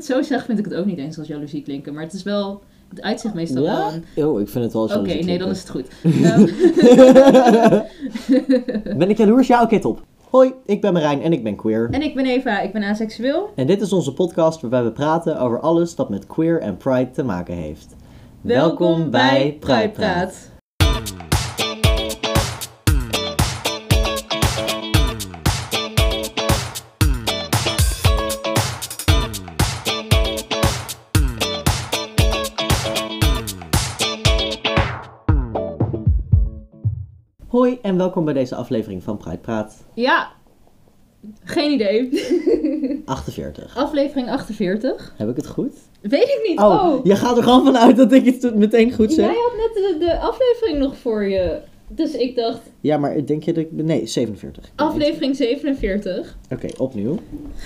zo zeg, vind ik het ook niet eens als jaloezie klinken. Maar het is wel... Het uitzicht meestal wel... Oh, ik vind het wel jaloezie Oké, nee, dan is het goed. Ben ik jaloers? Ja, oké, top. Hoi, ik ben Marijn en ik ben queer. En ik ben Eva, ik ben aseksueel. En dit is onze podcast waarbij we praten over alles dat met queer en pride te maken heeft. Welkom bij Pride Praat. Hoi en welkom bij deze aflevering van Pride Praat. Ja, geen idee. 48. Aflevering 48. Heb ik het goed? Weet ik niet. Je gaat er gewoon vanuit dat ik het meteen goed zeg? Jij had net de aflevering nog voor je. Dus ik dacht... Ja, maar denk je dat ik... Nee, 47. Aflevering 47. Oké, opnieuw.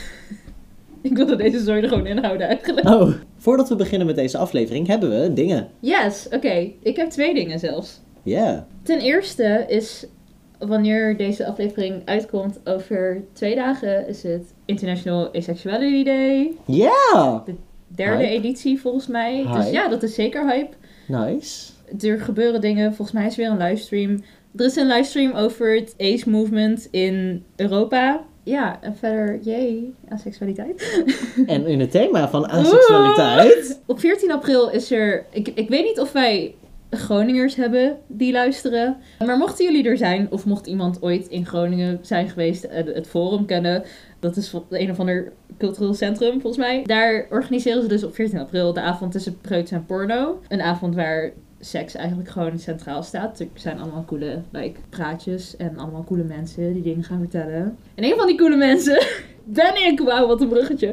Ik wilde deze zooi er gewoon inhouden eigenlijk. Oh, voordat we beginnen met deze aflevering hebben we dingen. Yes, oké. Ik heb 2 dingen zelfs. Ja. Yeah. Ten eerste is, wanneer deze aflevering uitkomt, over 2 dagen is het International Asexuality Day. Ja! Yeah. De 3e editie volgens mij. Hype. Dus ja, dat is zeker hype. Nice. Er gebeuren dingen. Volgens mij is er weer een livestream. Er is een livestream over het ace movement in Europa. Ja, en verder, jee, aseksualiteit. En in het thema van aseksualiteit. Op 14 april is er... Ik weet niet of wij Groningers hebben die luisteren. Maar mochten jullie er zijn, of mocht iemand ooit in Groningen zijn geweest en het Forum kennen... Dat is een of ander cultureel centrum, volgens mij. Daar organiseren ze dus op 14 april de avond tussen preuts en porno. Een avond waar seks eigenlijk gewoon centraal staat. Er zijn allemaal coole praatjes en allemaal coole mensen die dingen gaan vertellen. En een van die coole mensen ben ik. Wauw, wat een bruggetje.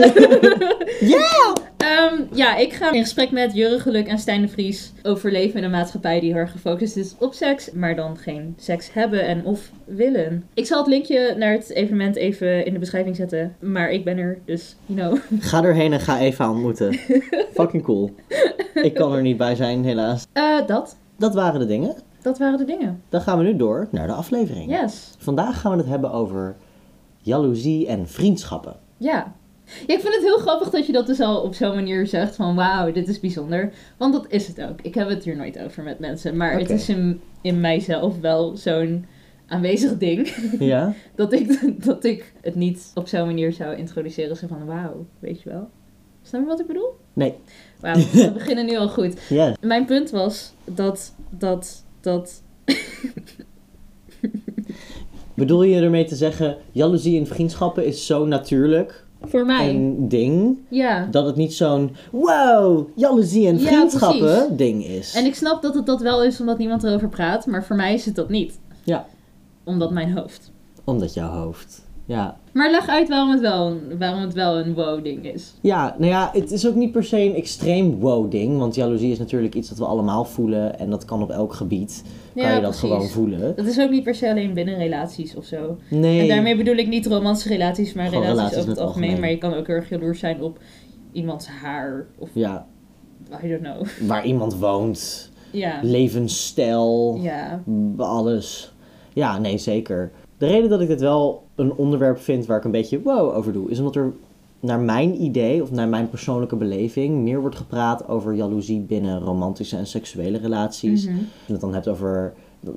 Ja! Ja, ik ga in gesprek met Jurre Geluk en Stijn de Vries over leven in een maatschappij die heel erg gefocust is op seks, maar dan geen seks hebben en of willen. Ik zal het linkje naar het evenement even in de beschrijving zetten, maar ik ben er, dus you know. Ga erheen en ga Eva ontmoeten. Fucking cool. Ik kan er niet bij zijn, helaas. Dat waren de dingen. Dat waren de dingen. Dan gaan we nu door naar de aflevering. Yes. Vandaag gaan we het hebben over jaloezie en vriendschappen. Ja. Ja, ik vind het heel grappig dat je dat dus al op zo'n manier zegt van wauw, dit is bijzonder. Want dat is het ook. Ik heb het hier nooit over met mensen. Maar Het is in mijzelf wel zo'n aanwezig ding. Ja? dat ik het niet op zo'n manier zou introduceren. Zo van wauw, weet je wel. Snap je wat ik bedoel? Nee. Wauw, we beginnen nu al goed. Yes. Mijn punt was dat... Bedoel je ermee te zeggen, jaloezie in vriendschappen is zo natuurlijk... Voor mij. Een ding. Ja. Dat het niet zo'n wow, jaloezie en vriendschappen ding is. En ik snap dat het dat wel is omdat niemand erover praat. Maar voor mij is het dat niet. Ja. Omdat mijn hoofd. Omdat jouw hoofd. Ja. Maar leg uit waarom het wel een wow ding is. Ja, nou ja, het is ook niet per se een extreem wow ding. Want jaloezie is natuurlijk iets dat we allemaal voelen. En dat kan op elk gebied. Kan je dat gewoon voelen. Dat is ook niet per se alleen binnen relaties of zo. Nee. En daarmee bedoel ik niet romantische relaties, maar gewoon relaties over het algemeen. Maar je kan ook heel erg jaloers zijn op iemands haar. Of ja. I don't know. Waar iemand woont. Ja. Levensstijl. Ja. Alles. Ja, nee, zeker. De reden dat ik dit wel een onderwerp vind waar ik een beetje wow over doe, is omdat er naar mijn idee, of naar mijn persoonlijke beleving, meer wordt gepraat over jaloezie binnen romantische en seksuele relaties. Mm-hmm. Als je het dan hebt over...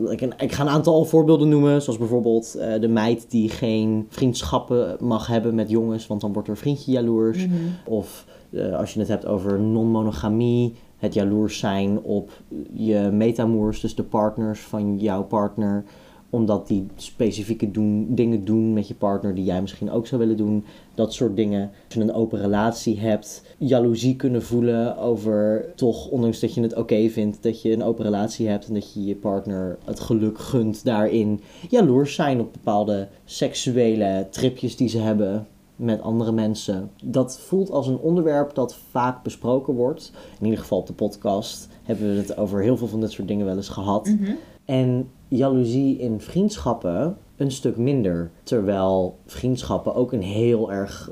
Ik ga een aantal voorbeelden noemen, zoals bijvoorbeeld de meid die geen vriendschappen mag hebben met jongens, want dan wordt er vriendje jaloers. Mm-hmm. Of als je het hebt over non-monogamie, het jaloers zijn op je metamours, dus de partners van jouw partner, omdat die specifieke dingen doen met je partner die jij misschien ook zou willen doen. Dat soort dingen. Als je een open relatie hebt, jaloezie kunnen voelen over toch, ondanks dat je het oké vindt, dat je een open relatie hebt en dat je je partner het geluk gunt daarin. Jaloers zijn op bepaalde seksuele tripjes die ze hebben met andere mensen. Dat voelt als een onderwerp dat vaak besproken wordt. In ieder geval op de podcast hebben we het over heel veel van dit soort dingen wel eens gehad. Mm-hmm. En jaloezie in vriendschappen een stuk minder. Terwijl vriendschappen ook een heel erg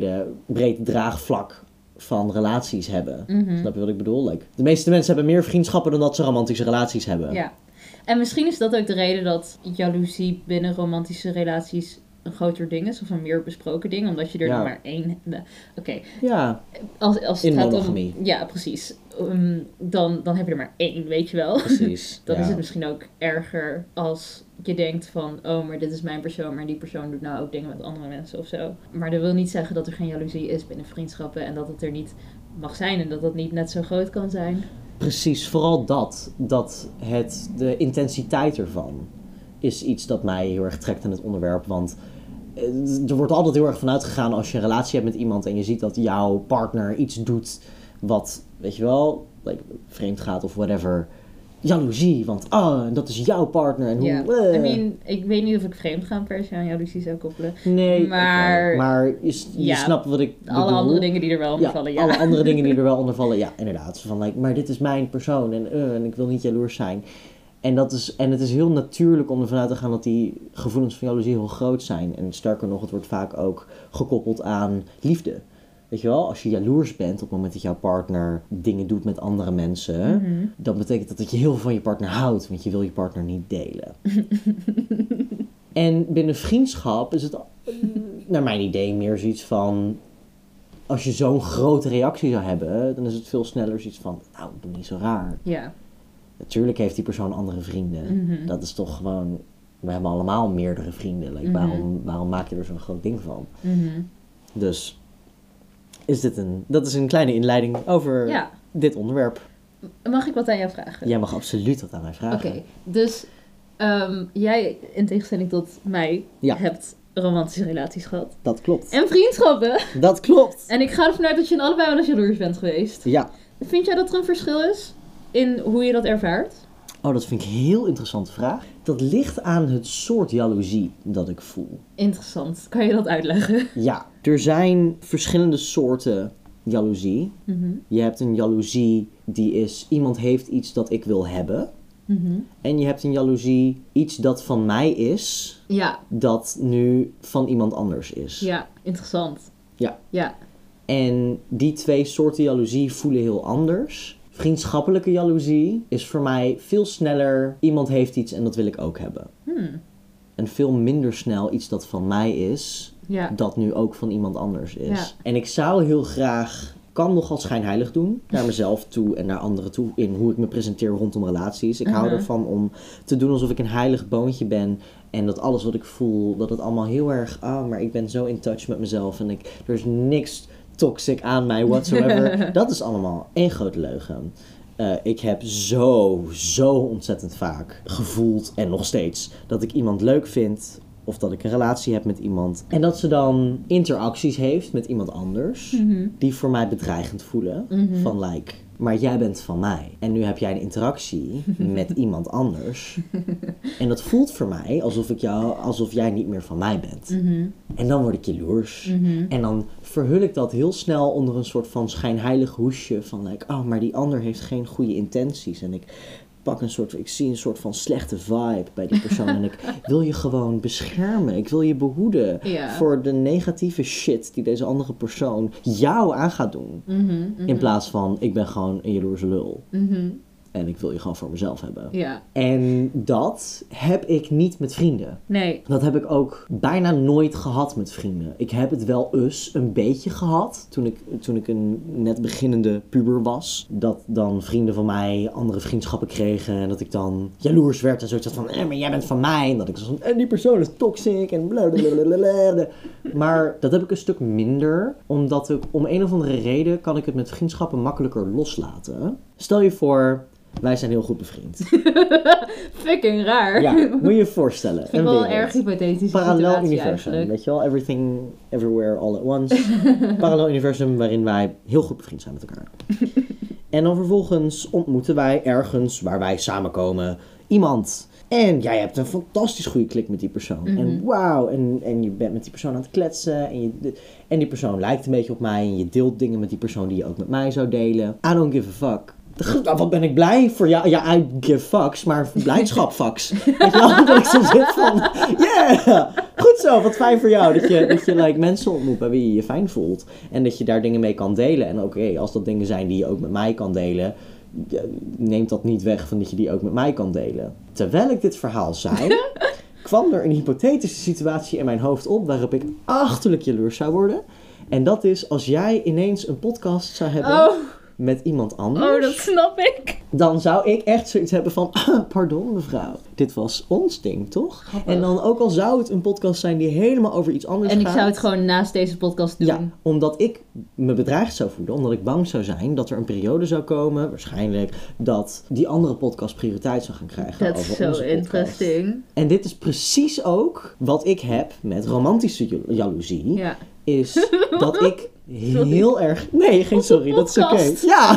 breed draagvlak van relaties hebben. Mm-hmm. Snap je wat ik bedoel? De meeste mensen hebben meer vriendschappen dan dat ze romantische relaties hebben. Ja. En misschien is dat ook de reden dat jaloezie binnen romantische relaties een groter ding is of een meer besproken ding, omdat je er Ja. maar één... Oké, Ja, als het in gaat om... monogamie. Ja, precies. Dan heb je er maar één, weet je wel. Precies. Dan ja. is het misschien ook erger als je denkt van... oh, maar dit is mijn persoon, maar die persoon doet nou ook dingen met andere mensen of zo. Maar dat wil niet zeggen dat er geen jaloezie is binnen vriendschappen... en dat het er niet mag zijn en dat dat niet net zo groot kan zijn. Precies, vooral dat de intensiteit ervan is iets dat mij heel erg trekt aan het onderwerp. Want er wordt altijd heel erg vanuit gegaan als je een relatie hebt met iemand en je ziet dat jouw partner iets doet wat, weet je wel, vreemd gaat of whatever. Jaloezie, want dat is jouw partner. En Ja, hoe, I mean, ik weet niet of ik vreemd gaan per se aan jaloezie zou koppelen. Nee, maar- oké, maar je Ja, snapt wat ik bedoel. Alle andere dingen die er wel onder vallen, ja. Alle andere dingen die er wel onder vallen, ja, inderdaad. Zo van, maar dit is mijn persoon en ik wil niet jaloers zijn. En het is heel natuurlijk om ervan uit te gaan dat die gevoelens van jaloezie heel groot zijn. En sterker nog, het wordt vaak ook gekoppeld aan liefde. Weet je wel, als je jaloers bent op het moment dat jouw partner dingen doet met andere mensen, Mhm. dan betekent dat je heel veel van je partner houdt, want je wil je partner niet delen. En binnen vriendschap is het, naar mijn idee, meer zoiets van, als je zo'n grote reactie zou hebben, dan is het veel sneller zoiets van, nou, doe niet zo raar. Ja. Natuurlijk heeft die persoon andere vrienden. Mhm. Dat is toch gewoon, we hebben allemaal meerdere vrienden. Waarom maak je er zo'n groot ding van? Mhm. Dus, dat is een kleine inleiding over Ja. dit onderwerp. Mag ik wat aan jou vragen? Jij mag absoluut wat aan mij vragen. Oké, dus jij, in tegenstelling tot mij, Ja. hebt romantische relaties gehad. Dat klopt. En vriendschappen. Dat klopt. En ik ga ervan uit dat je in allebei wel eens jaloers bent geweest. Ja. Vind jij dat er een verschil is in hoe je dat ervaart? Oh, dat vind ik een heel interessante vraag. Dat ligt aan het soort jaloezie dat ik voel. Interessant. Kan je dat uitleggen? Ja, er zijn verschillende soorten jaloezie. Mhm. Je hebt een jaloezie die is, iemand heeft iets dat ik wil hebben. Mhm. En je hebt een jaloezie, iets dat van mij is, Ja, dat nu van iemand anders is. ja, interessant. Ja. Ja. En die twee soorten jaloezie voelen heel anders. Vriendschappelijke jaloezie is voor mij veel sneller, iemand heeft iets en dat wil ik ook hebben. En veel minder snel iets dat van mij is, Ja. dat nu ook van iemand anders is. Ja. En ik zou heel graag, kan nogal schijnheilig doen, naar mezelf toe en naar anderen toe, in hoe ik me presenteer rondom relaties. Ik hou Mhm. ervan om te doen alsof ik een heilig boontje ben en dat alles wat ik voel, dat het allemaal heel erg, maar ik ben zo in touch met mezelf en er is niks toxic aan mij whatsoever. Dat is allemaal één grote leugen. Ik heb zo ontzettend vaak gevoeld, en nog steeds, dat ik iemand leuk vind, of dat ik een relatie heb met iemand. En dat ze dan interacties heeft met iemand anders, Mhm. die voor mij bedreigend voelen. Mhm. Van maar jij bent van mij. En nu heb jij een interactie met iemand anders. En dat voelt voor mij alsof jij niet meer van mij bent. Mhm. En dan word ik jaloers. Mhm. En dan verhul ik dat heel snel onder een soort van schijnheilig hoesje van maar die ander heeft geen goede intenties. En ik zie een soort van slechte vibe bij die persoon. En ik wil je gewoon beschermen. Ik wil je behoeden Ja. voor de negatieve shit die deze andere persoon jou aan gaat doen. Mhm. Mhm. In plaats van, ik ben gewoon een jaloerse lul. Mhm. En ik wil je gewoon voor mezelf hebben. Ja. En dat heb ik niet met vrienden. Nee. Dat heb ik ook bijna nooit gehad met vrienden. Ik heb het wel eens een beetje gehad toen ik een net beginnende puber was. Dat dan vrienden van mij andere vriendschappen kregen en dat ik dan jaloers werd en zoiets had van, maar jij bent van mij. En dat ik zo van, en die persoon is toxic en blablabla. Maar dat heb ik een stuk minder, omdat ik om een of andere reden kan ik het met vriendschappen makkelijker loslaten. Stel je voor, wij zijn heel goed bevriend. Fucking raar. Ja, moet je je voorstellen. Ik vind het wel een erg hypothetische Parallel situatie universum, eigenlijk. weet je wel? Everything, everywhere, all at once. Parallel universum waarin wij heel goed bevriend zijn met elkaar. En dan vervolgens ontmoeten wij ergens waar wij samenkomen iemand. En jij hebt een fantastisch goede klik met die persoon. Mhm. En wauw, en je bent met die persoon aan het kletsen. En die persoon lijkt een beetje op mij. En je deelt dingen met die persoon die je ook met mij zou delen. I don't give a fuck. Wat ben ik blij voor jou. Ja, I give fucks, maar blijdschap fucks. Weet je wel, dat ik zo zit van, yeah, goed zo, wat fijn voor jou. Dat je mensen ontmoet bij wie je je fijn voelt. En dat je daar dingen mee kan delen. En oké, als dat dingen zijn die je ook met mij kan delen, neemt dat niet weg van dat je die ook met mij kan delen. Terwijl ik dit verhaal zei, ik kwam er een hypothetische situatie in mijn hoofd op waarop ik achterlijk jaloers zou worden. En dat is als jij ineens een podcast zou hebben met iemand anders. Oh, dat snap ik. Dan zou ik echt zoiets hebben van, pardon mevrouw, dit was ons ding, toch? Grappig. En dan ook al zou het een podcast zijn die helemaal over iets anders gaat. En ik zou het gewoon naast deze podcast doen. Ja, omdat ik me bedreigd zou voelen, omdat ik bang zou zijn dat er een periode zou komen, waarschijnlijk, dat die andere podcast prioriteit zou gaan krijgen Dat over is zo onze podcast. interesting. En dit is precies ook wat ik heb met romantische jaloezie. Ja. Is dat ik heel erg... Nee, geen sorry, dat is oké. podcast. Ja.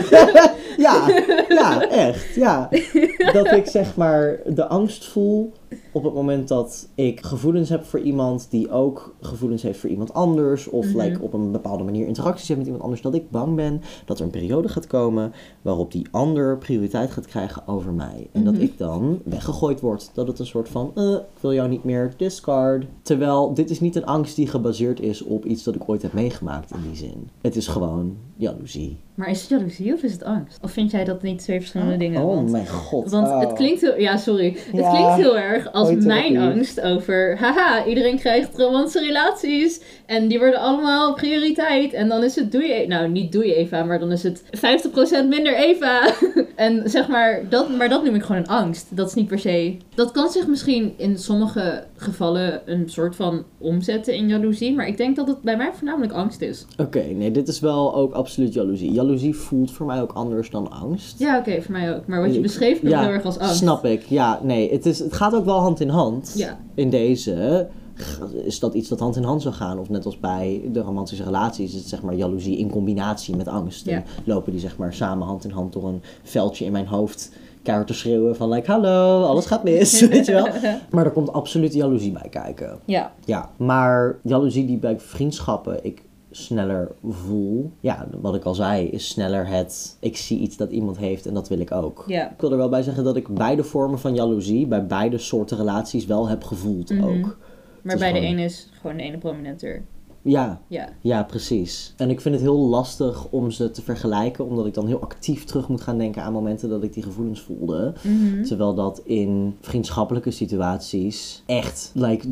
ja, echt. Ja. Dat ik zeg maar de angst voel op het moment dat ik gevoelens heb voor iemand die ook gevoelens heeft voor iemand anders. Of op een bepaalde manier interacties heeft met iemand anders. Dat ik bang ben dat er een periode gaat komen waarop die ander prioriteit gaat krijgen over mij. En dat ik dan weggegooid word. Dat het een soort van, ik wil jou niet meer, discard. Terwijl dit is niet een angst die gebaseerd is op iets dat ik ooit heb meegemaakt in die zin. Het is gewoon jaloezie. Maar is het jaloezie of is het angst? Of vind jij dat niet twee verschillende dingen? Oh mijn god. Want het klinkt heel... Ja, sorry. Het klinkt heel erg als mijn angst over... Haha, iedereen krijgt romantische relaties. En die worden allemaal prioriteit. En dan is het doe je... Nou, niet doe je Eva, maar dan is het 50% minder Eva. En zeg maar dat noem ik gewoon een angst. Dat is niet per se... Dat kan zich misschien in sommige gevallen een soort van omzetten in jaloezie. Maar ik denk dat het bij mij voornamelijk angst is. Oké, nee, dit is wel ook absoluut jaloezie. Jaloezie voelt voor mij ook anders dan angst. Ja, oké, voor mij ook. Maar wat je beschreef nog heel erg als angst. Snap ik. Ja, nee, het gaat ook wel hand in hand. Ja. In deze is dat iets dat hand in hand zou gaan. Of net als bij de romantische relaties is het zeg maar jaloezie in combinatie met angst. Ja. En lopen die zeg maar samen hand in hand door een veldje in mijn hoofd keihard te schreeuwen van like, hallo, alles gaat mis, weet je wel. Maar er komt absoluut jaloezie bij kijken. Ja. Ja, maar jaloezie die bij vriendschappen ik sneller voel. Ja, wat ik al zei, is sneller ik zie iets dat iemand heeft en dat wil ik ook. Ja. Ik wil er wel bij zeggen dat ik beide vormen van jaloezie bij beide soorten relaties wel heb gevoeld ook. Maar bij de ene is gewoon de ene prominenter. Ja. Ja. Ja, precies. En ik vind het heel lastig om ze te vergelijken, omdat ik dan heel actief terug moet gaan denken aan momenten dat ik die gevoelens voelde. Terwijl dat in vriendschappelijke situaties echt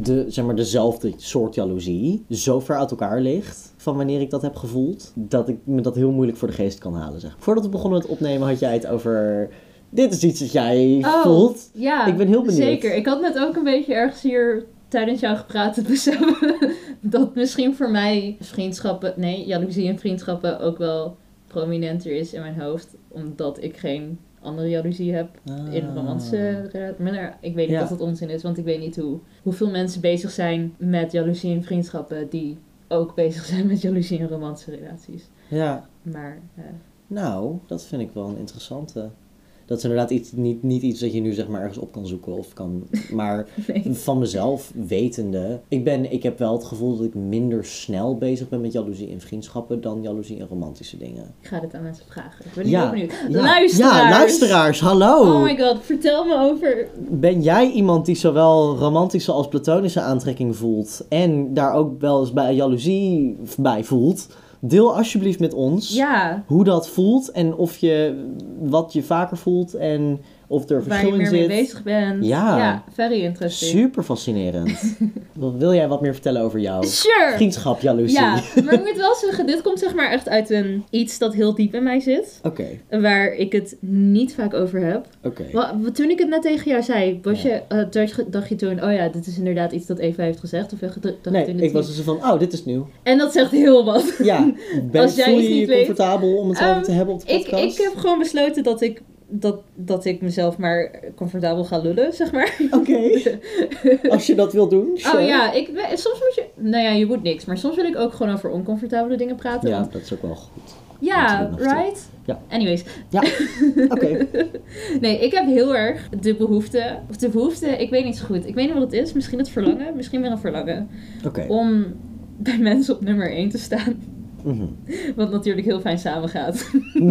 dezelfde soort jaloezie zo ver uit elkaar ligt van wanneer ik dat heb gevoeld, dat ik me dat heel moeilijk voor de geest kan halen. Zeg. Voordat we begonnen met opnemen had jij het over... Dit is iets dat jij voelt. Ja, ik ben heel benieuwd. Zeker. Ik had net ook een beetje ergens hier tijdens jou gepraat te beseffen dat misschien voor mij jaloezie en vriendschappen ook wel prominenter is in mijn hoofd. Omdat ik geen andere jaloezie heb in romantische relaties. Maar ik weet niet of dat onzin is, want ik weet niet hoeveel mensen bezig zijn met jaloezie en vriendschappen die ook bezig zijn met jaloezie en romantische relaties. Ja. Maar... Nou, dat vind ik wel een interessante... Dat is inderdaad niet iets dat je nu zeg maar ergens op kan zoeken of kan... Maar van mezelf wetende... Ik heb wel het gevoel dat ik minder snel bezig ben met jaloezie in vriendschappen dan jaloezie in romantische dingen. Ik ga dit aan mensen vragen. Ik ben heel benieuwd. Ja. Luisteraars! Ja, luisteraars, hallo! Oh my god, vertel me over... Ben jij iemand die zowel romantische als platonische aantrekking voelt en daar ook wel eens bij jaloezie bij voelt... Deel alsjeblieft met ons hoe dat voelt en wat je vaker voelt en of er verschil in zit. Waar je meer mee bezig bent. Ja, very interesting. Super fascinerend. Wil jij wat meer vertellen over jouw vriendschap, jaloezie? Ja, maar ik moet wel zeggen, dit komt zeg maar echt uit iets dat heel diep in mij zit. Oké. Waar ik het niet vaak over heb. Oké. Toen ik het net tegen jou zei, dacht je toen, oh ja, dit is inderdaad iets dat Eva heeft gezegd? Of ik was dus van, dit is nieuw. En dat zegt heel wat. Ja, Als jij voel het je niet je comfortabel om het over te hebben op de podcast? Ik heb gewoon besloten dat ik mezelf maar comfortabel ga lullen, zeg maar. Oké. Als je dat wil doen. Sure. Oh ja, soms moet je... Nou ja, je moet niks. Maar soms wil ik ook gewoon over oncomfortabele dingen praten. Ja, want... dat is ook wel goed. Ja, right? Ja. Anyways. Ja, oké. Nee, ik heb heel erg de behoefte, ik weet niet zo goed. Ik weet niet wat het is. Misschien het verlangen. Misschien meer een verlangen. Oké. Om bij mensen op nummer 1 te staan. Wat natuurlijk heel fijn samengaat.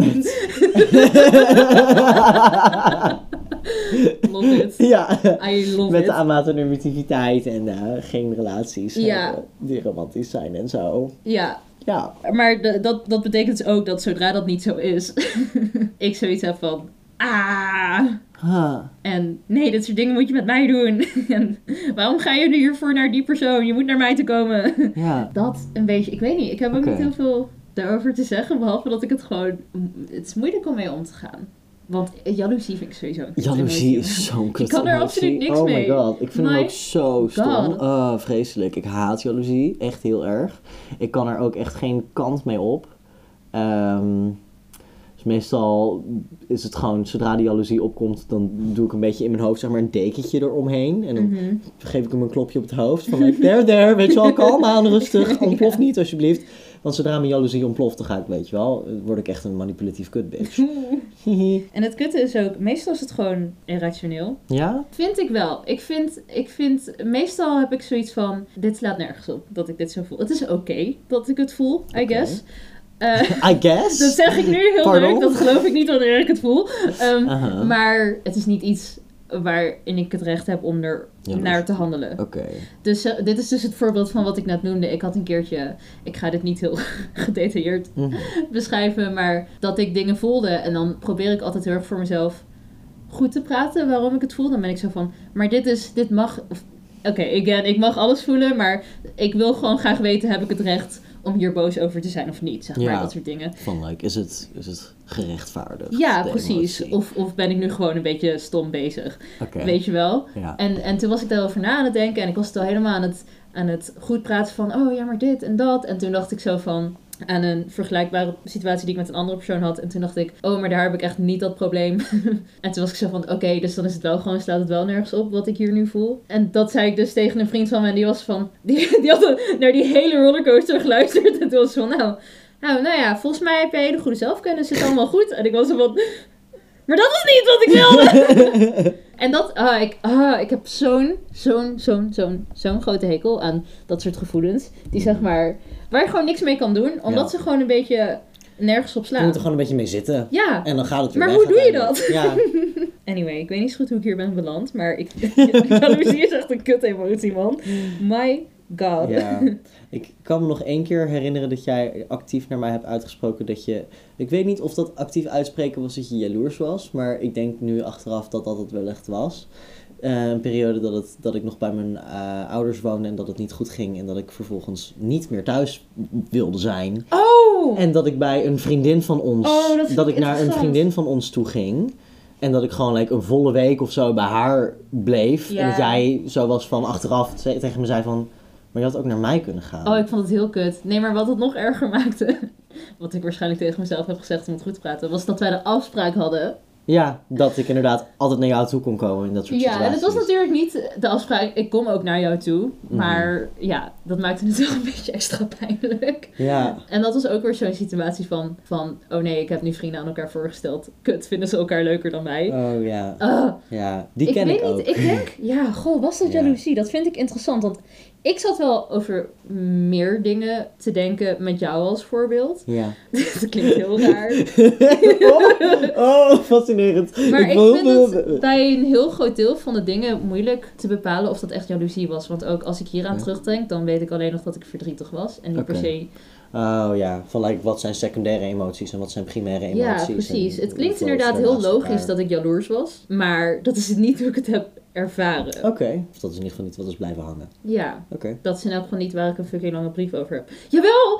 Love it. Ja, I love met it. de amatonormativiteit en geen relaties die romantisch zijn en zo. Ja. Ja. Maar dat betekent dus ook dat zodra dat niet zo is, ik zoiets heb van... En nee, dit soort dingen moet je met mij doen. En waarom ga je nu hiervoor naar die persoon? Je moet naar mij te komen. Ja. Dat een beetje, ik weet niet. Ik heb ook niet heel veel daarover te zeggen. Behalve dat ik het gewoon... Het is moeilijk om mee om te gaan. Want jaloezie vind ik sowieso een Jaloezie is zo'n kut. Ik kan er absoluut niks mee. Oh my god, ik vind hem ook zo stom. Vreselijk. Ik haat jaloezie. Echt heel erg. Ik kan er ook echt geen kant mee op. Dus meestal is het gewoon, zodra die jaloezie opkomt, dan doe ik een beetje in mijn hoofd zeg maar een dekentje eromheen. En dan geef ik hem een klopje op het hoofd. Van like, there, weet je wel, kalm aan, rustig. Ontplof niet alsjeblieft. Want zodra mijn jaloezie ontploft, dan ga ik, weet je wel, word ik echt een manipulatief kutbitch. En het kutte is ook, meestal is het gewoon irrationeel. Ja? Vind ik wel. Ik vind, meestal heb ik zoiets van, dit slaat nergens op, dat ik dit zo voel. Het is oké dat ik het voel, I guess. I guess? Dat zeg ik nu heel leuk, dat geloof ik niet wanneer ik het voel. Maar het is niet iets waarin ik het recht heb om er naar te handelen. Oké. Dus dit is dus het voorbeeld van wat ik net noemde. Ik had een keertje, ik ga dit niet heel gedetailleerd beschrijven, maar dat ik dingen voelde en dan probeer ik altijd heel erg voor mezelf goed te praten waarom ik het voel. Dan ben ik zo van, maar dit mag... Oké, ik mag alles voelen, maar ik wil gewoon graag weten, heb ik het recht om hier boos over te zijn of niet, zeg maar, dat soort dingen. Van like, is het gerechtvaardigd? Ja, precies. Of ben ik nu gewoon een beetje stom bezig, weet je wel? Ja. En toen was ik daarover na aan het denken en ik was het al helemaal aan het goed praten van, oh ja, maar dit en dat. En toen dacht ik zo van, aan een vergelijkbare situatie die ik met een andere persoon had. En toen dacht ik, oh, maar daar heb ik echt niet dat probleem. En toen was ik zo van, oké, dus dan is het wel gewoon, slaat het wel nergens op wat ik hier nu voel. En dat zei ik dus tegen een vriend van me en die was van, die had naar die hele rollercoaster geluisterd. En toen was van, nou ja, volgens mij heb je hele goede zelfkennis, zit allemaal goed. En ik was zo van, maar dat is niet wat ik wilde. En dat, ik heb zo'n grote hekel aan dat soort gevoelens. Die zeg maar, waar je gewoon niks mee kan doen. Omdat ze gewoon een beetje nergens op slaan. Je moet er gewoon een beetje mee zitten. Ja. En dan gaat het weer maar weg. hoe doe je dat? Ja. Anyway, ik weet niet zo goed hoe ik hier ben beland. Maar jaloezie is echt een kut emotie, man. My god. Ja. Ik kan me nog 1 keer herinneren dat jij actief naar mij hebt uitgesproken dat je... Ik weet niet of dat actief uitspreken was dat je jaloers was. Maar ik denk nu achteraf dat dat het wel echt was. Een periode dat ik nog bij mijn ouders woonde en dat het niet goed ging. En dat ik vervolgens niet meer thuis wilde zijn. Oh! En dat ik bij een vriendin van ons... dat ik naar een vriendin van ons toe ging. En dat ik gewoon een volle week of zo bij haar bleef. Ja. En dat jij zo was van achteraf tegen me zei van... Maar je had ook naar mij kunnen gaan. Oh, ik vond het heel kut. Nee, maar wat het nog erger maakte... Wat ik waarschijnlijk tegen mezelf heb gezegd om het goed te praten... was dat wij de afspraak hadden... Ja, dat ik inderdaad altijd naar jou toe kon komen in dat soort situaties. Ja, en het was natuurlijk niet de afspraak, ik kom ook naar jou toe. Maar ja, dat maakte het wel een beetje extra pijnlijk. Ja. En dat was ook weer zo'n situatie van oh nee, ik heb nu vrienden aan elkaar voorgesteld. Kut, vinden ze elkaar leuker dan mij. Oh ja. Ja, die ken ik ook. Ik denk, was dat jaloezie? Dat vind ik interessant, want ik zat wel over meer dingen te denken met jou als voorbeeld. Ja. Dat klinkt heel raar. Fascinerend. Maar ik vind het bij een heel groot deel van de dingen moeilijk te bepalen of dat echt jaloezie was. Want ook als ik hieraan terugdenk, dan weet ik alleen nog dat ik verdrietig was. En niet per se... Oh ja, van wat zijn secundaire emoties en wat zijn primaire emoties. Ja, precies. Het klinkt inderdaad heel logisch dat ik jaloers was. Maar dat is het niet hoe ik het heb ervaren. Oké. Of dat is in ieder geval niet wat is blijven hangen. Ja. Oké. Dat is in elk geval niet waar ik een fucking lange brief over heb. Jawel!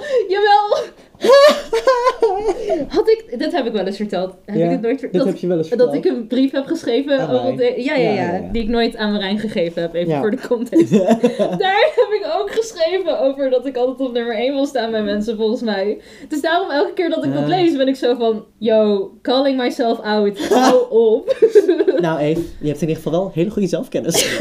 Dit heb ik wel eens verteld. Heb ik het nooit verteld? Heb je wel eens verteld. Dat ik een brief heb geschreven over die ik nooit aan Marijn gegeven heb. Even voor de context. Daar heb ik ook geschreven over dat ik altijd op nummer 1 wil staan bij mensen, volgens mij. Dus daarom elke keer dat ik dat lees, ben ik zo van... Yo, calling myself out. Hou op. Nou Eve, je hebt in ieder geval wel hele goede zelfkennis.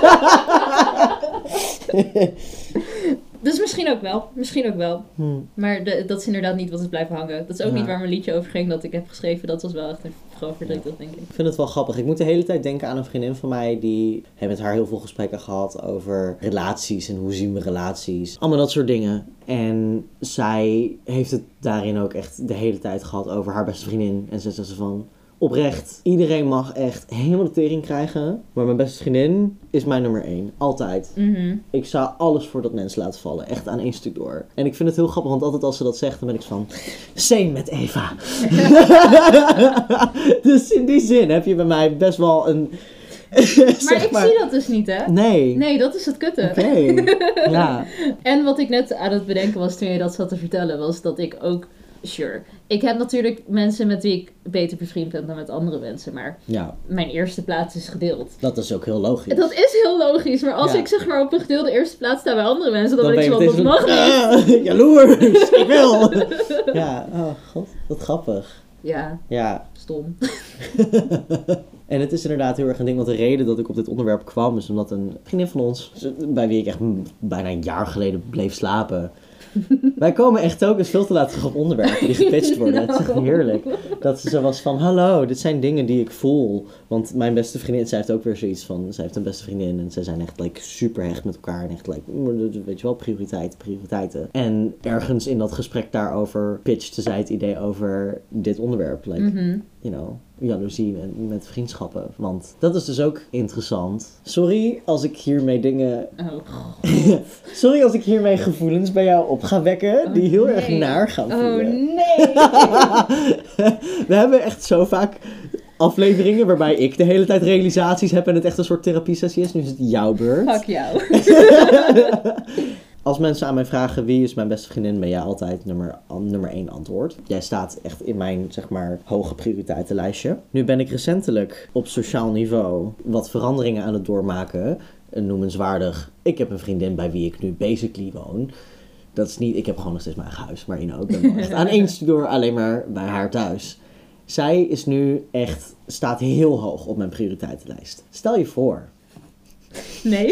Dus misschien ook wel. Maar dat is inderdaad niet wat is blijven hangen. Dat is ook niet waar mijn liedje over ging dat ik heb geschreven. Dat was wel echt een groot verdrietig, denk ik. Ik vind het wel grappig. Ik moet de hele tijd denken aan een vriendin van mij. Die heeft met haar heel veel gesprekken gehad over relaties en hoe zien we relaties. Allemaal dat soort dingen. En zij heeft het daarin ook echt de hele tijd gehad over haar beste vriendin. En ze zei van... Oprecht, iedereen mag echt helemaal de tering krijgen. Maar mijn beste vriendin is mijn nummer 1. Altijd. Ik zou alles voor dat mens laten vallen. Echt aan één stuk door. En ik vind het heel grappig, want altijd als ze dat zegt, dan ben ik van... Same met Eva. Dus in die zin heb je bij mij best wel een... Maar ik zie dat dus niet, hè? Nee. Nee, dat is het kutte. Oké. Ja. En wat ik net aan het bedenken was toen je dat zat te vertellen, was dat ik ook... Sure. Ik heb natuurlijk mensen met wie ik beter bevriend ben dan met andere mensen, maar mijn eerste plaats is gedeeld. Dat is ook heel logisch. Dat is heel logisch, maar als ik zeg maar op een gedeelde eerste plaats sta bij andere mensen, dan denk je wel, dat mag niet. Jaloers, ik wil. Ja, oh god, wat grappig. Ja. Stom. En het is inderdaad heel erg een ding, want de reden dat ik op dit onderwerp kwam is omdat een vriendin van ons, bij wie ik echt bijna een jaar geleden bleef slapen... Wij komen echt ook eens veel te laat terug op onderwerpen die gepitcht worden. Het is echt heerlijk. Dat ze zo was van, hallo, dit zijn dingen die ik voel. Want mijn beste vriendin, zij heeft ook weer zoiets van, zij heeft een beste vriendin en zij zijn echt super hecht met elkaar. En echt, weet je wel, prioriteiten. En ergens in dat gesprek daarover pitchte zij het idee over dit onderwerp. Jaloezie met vriendschappen. Want dat is dus ook interessant. Sorry als ik hiermee dingen... Sorry als ik hiermee gevoelens bij jou op ga wekken die heel erg naar gaan voelen. Oh nee! We hebben echt zo vaak afleveringen waarbij ik de hele tijd realisaties heb en het echt een soort therapiesessie is. Nu is het jouw beurt. Fuck jou. Als mensen aan mij vragen wie is mijn beste vriendin, ben jij altijd nummer 1 antwoord. Jij staat echt in mijn, zeg maar, hoge prioriteitenlijstje. Nu ben ik recentelijk op sociaal niveau wat veranderingen aan het doormaken. Noemenswaardig. Ik heb een vriendin bij wie ik nu basically woon. Dat is niet, ik heb gewoon nog steeds mijn eigen huis, maar ook ben wel echt aan één stuk door alleen maar bij haar thuis. Zij is nu echt, staat heel hoog op mijn prioriteitenlijst. Stel je voor. Nee.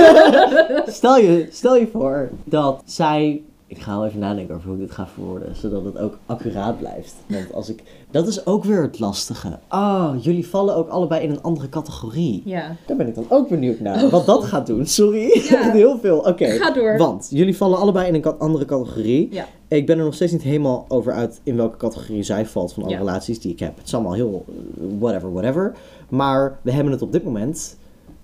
Stel je voor dat zij... Ik ga wel even nadenken over hoe ik dit ga verwoorden, zodat het ook accuraat blijft. Want dat is ook weer het lastige. Jullie vallen ook allebei in een andere categorie. Ja. Daar ben ik dan ook benieuwd naar. Wat dat gaat doen. Sorry. Ja. Heel veel. Oké. Ga door. Want jullie vallen allebei in een andere categorie. Ja. Ik ben er nog steeds niet helemaal over uit in welke categorie zij valt van alle relaties die ik heb. Het is allemaal heel whatever. Maar we hebben het op dit moment,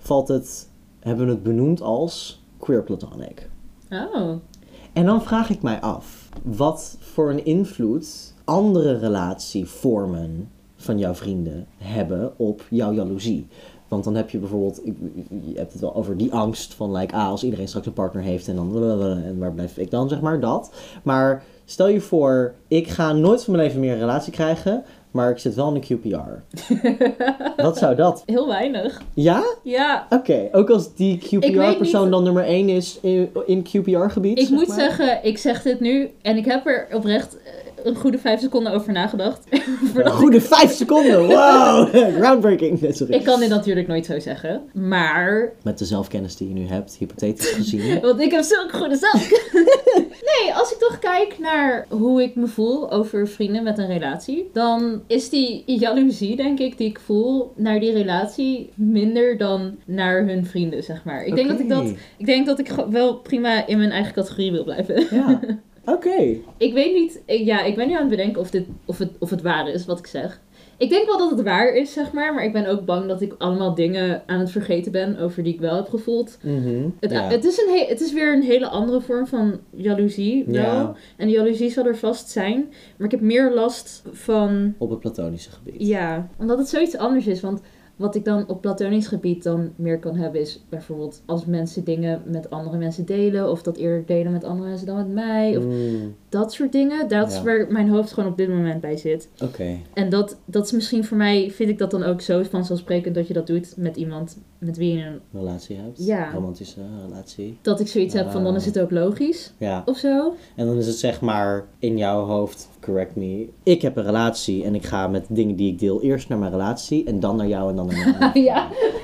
hebben we het benoemd als queer platonic. Oh. En dan vraag ik mij af, wat voor een invloed andere relatievormen van jouw vrienden hebben op jouw jaloezie. Want dan heb je bijvoorbeeld, je hebt het wel over die angst van als iedereen straks een partner heeft en dan en waar blijf ik dan, zeg maar, dat. Maar stel je voor, ik ga nooit van mijn leven meer een relatie krijgen, maar ik zit wel in een QPR. Wat zou dat? Heel weinig. Ja? Ja. Oké, ook als die QPR-persoon dan nummer 1 is in QPR-gebied? Ik moet zeggen, ik zeg dit nu en ik heb er oprecht een goede 5 seconden over nagedacht. Een goede 5 seconden? Wow! Groundbreaking. Sorry. Ik kan dit natuurlijk nooit zo zeggen, maar... Met de zelfkennis die je nu hebt, hypothetisch gezien. Want ik heb zulke goede zelfkennis. Nee, als ik toch kijk naar hoe ik me voel over vrienden met een relatie, dan is die jaloezie, denk ik, die ik voel naar die relatie minder dan naar hun vrienden, zeg maar. Ik denk dat ik wel prima in mijn eigen categorie wil blijven. Ja. Oké. Ik weet niet, ik ben nu aan het bedenken of het waar is wat ik zeg. Ik denk wel dat het waar is, zeg maar ik ben ook bang dat ik allemaal dingen aan het vergeten ben over die ik wel heb gevoeld. Mm-hmm. Het is weer een hele andere vorm van jaloezie wel. Ja. En die jaloezie zal er vast zijn, maar ik heb meer last van... Op het platonische gebied. Ja, omdat het zoiets anders is, want... Wat ik dan op platonisch gebied dan meer kan hebben is bijvoorbeeld als mensen dingen met andere mensen delen. Of dat eerder delen met andere mensen dan met mij. Of dat soort dingen. Dat is waar mijn hoofd gewoon op dit moment bij zit. Oké. En dat is misschien voor mij, vind ik dat dan ook zo vanzelfsprekend dat je dat doet met iemand met wie je een relatie hebt. Ja. Romantische relatie. Dat ik zoiets heb van dan is het ook logisch. Ja. Of zo. En dan is het zeg maar in jouw hoofd, correct me. Ik heb een relatie en ik ga met dingen die ik deel eerst naar mijn relatie en dan naar jou en dan naar mij. Ja.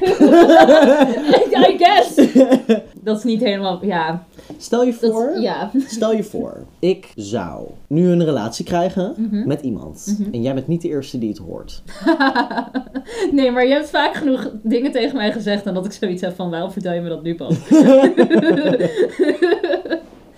I guess. Dat is niet helemaal, ja. Stel je voor, ik zou nu een relatie krijgen met iemand. En jij bent niet de eerste die het hoort. Nee, maar je hebt vaak genoeg dingen tegen mij gezegd en dat ik zoiets heb van, waarom vertel je me dat nu pas?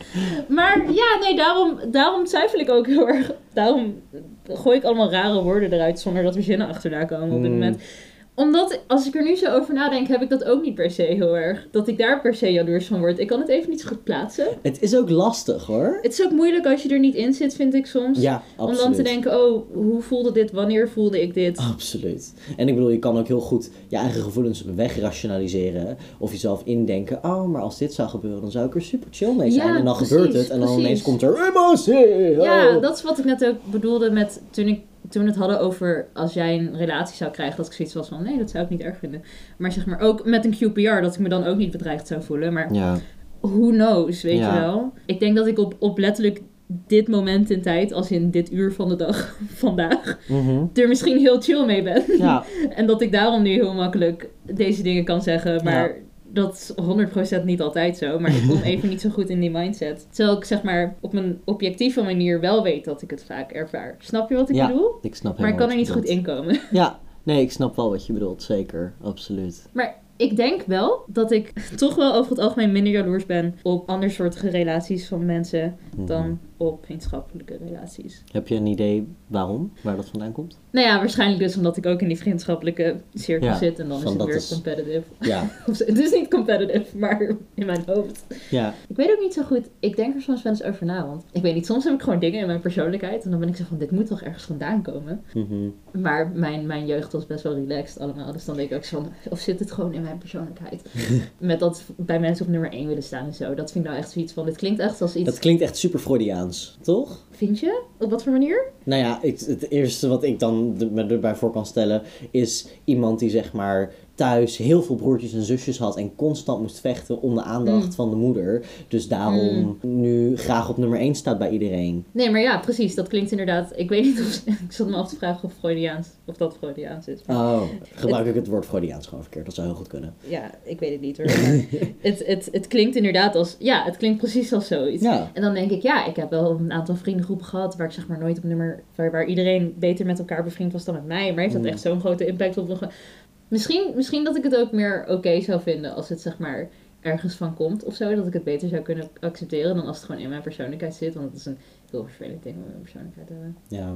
Maar ja, nee, daarom twijfel ik ook heel erg. Daarom gooi ik allemaal rare woorden eruit zonder dat er zinnen achterna komen op dit moment. Omdat, als ik er nu zo over nadenk, heb ik dat ook niet per se heel erg. Dat ik daar per se jaloers van word. Ik kan het even niet zo goed plaatsen. Het is ook lastig, hoor. Het is ook moeilijk als je er niet in zit, vind ik soms. Ja, absoluut. Om dan te denken, oh, hoe voelde dit? Wanneer voelde ik dit? Absoluut. En ik bedoel, je kan ook heel goed je eigen gevoelens wegrationaliseren. Of jezelf indenken, oh, maar als dit zou gebeuren, dan zou ik er super chill mee zijn. Ja, en dan precies, gebeurt het. En dan precies. ineens komt er emotie. Ja, Oh. dat is wat ik net ook bedoelde met toen we het hadden over als jij een relatie zou krijgen, dat ik zoiets was van, nee, dat zou ik niet erg vinden. Maar zeg maar ook met een QPR, dat ik me dan ook niet bedreigd zou voelen. Maar Ja. who knows, weet Ja. je wel. Ik denk dat ik op letterlijk dit moment in tijd, als in dit uur van de dag vandaag, Mhm. er misschien heel chill mee ben. Ja. En dat ik daarom nu heel makkelijk deze dingen kan zeggen, maar... Ja. Dat is 100% niet altijd zo, maar ik kom even niet zo goed in die mindset. Terwijl ik zeg maar op een objectieve manier wel weet dat ik het vaak ervaar. Snap je wat ik Ja, bedoel? ik snap Maar ik kan er helemaal niet wat je goed in komen. Ja, nee, ik snap wel wat je bedoelt. Zeker, absoluut. Maar ik denk wel dat ik toch wel over het algemeen minder jaloers ben op andersoortige relaties van mensen dan op vriendschappelijke relaties. Heb je een idee waarom? Waar dat vandaan komt? Nou ja, waarschijnlijk dus omdat ik ook in die vriendschappelijke cirkel Ja, zit en dan is van het dat weer is- competitive. Ja, Het is niet competitive, maar in mijn hoofd. ja. Ik weet ook niet zo goed. Ik denk er soms wel eens over na. Want ik weet niet, soms heb ik gewoon dingen in mijn persoonlijkheid. En dan ben ik zo van, dit moet toch ergens vandaan komen. Mhm. Maar mijn jeugd was best wel relaxed allemaal. Dus dan denk ik ook zo van, of zit het gewoon in mijn persoonlijkheid? Met dat bij mensen op nummer 1 willen staan en zo. Dat vind ik nou echt zoiets van, dit klinkt echt als iets... Dat klinkt echt super Freudiaans, toch? Vind je? Op wat voor manier? Nou ja, het eerste wat ik dan me erbij voor kan stellen is iemand die zeg maar thuis heel veel broertjes en zusjes had en constant moest vechten om de aandacht van de moeder. Dus daarom nu graag op nummer 1 staat bij iedereen. Nee, maar ja, precies. Dat klinkt inderdaad... Ik weet niet of... Ik zat me af te vragen of dat Freudiaans is. Oh, gebruik ik het woord Freudiaans gewoon verkeerd. Dat zou heel goed kunnen. Ja, ik weet het niet hoor. Maar het klinkt inderdaad als... Ja, het klinkt precies als zoiets. Ja. En dan denk ik, ja, ik heb wel een aantal vriendengroepen gehad waar ik zeg maar nooit op nummer... Waar iedereen beter met elkaar bevriend was dan met mij. Maar heeft dat echt zo'n grote impact op de... Misschien dat ik het ook meer oké zou vinden als het zeg maar ergens van komt of zo. Dat ik het beter zou kunnen accepteren dan als het gewoon in mijn persoonlijkheid zit. Want het is een heel vervelend ding om in mijn persoonlijkheid te hebben. Ja.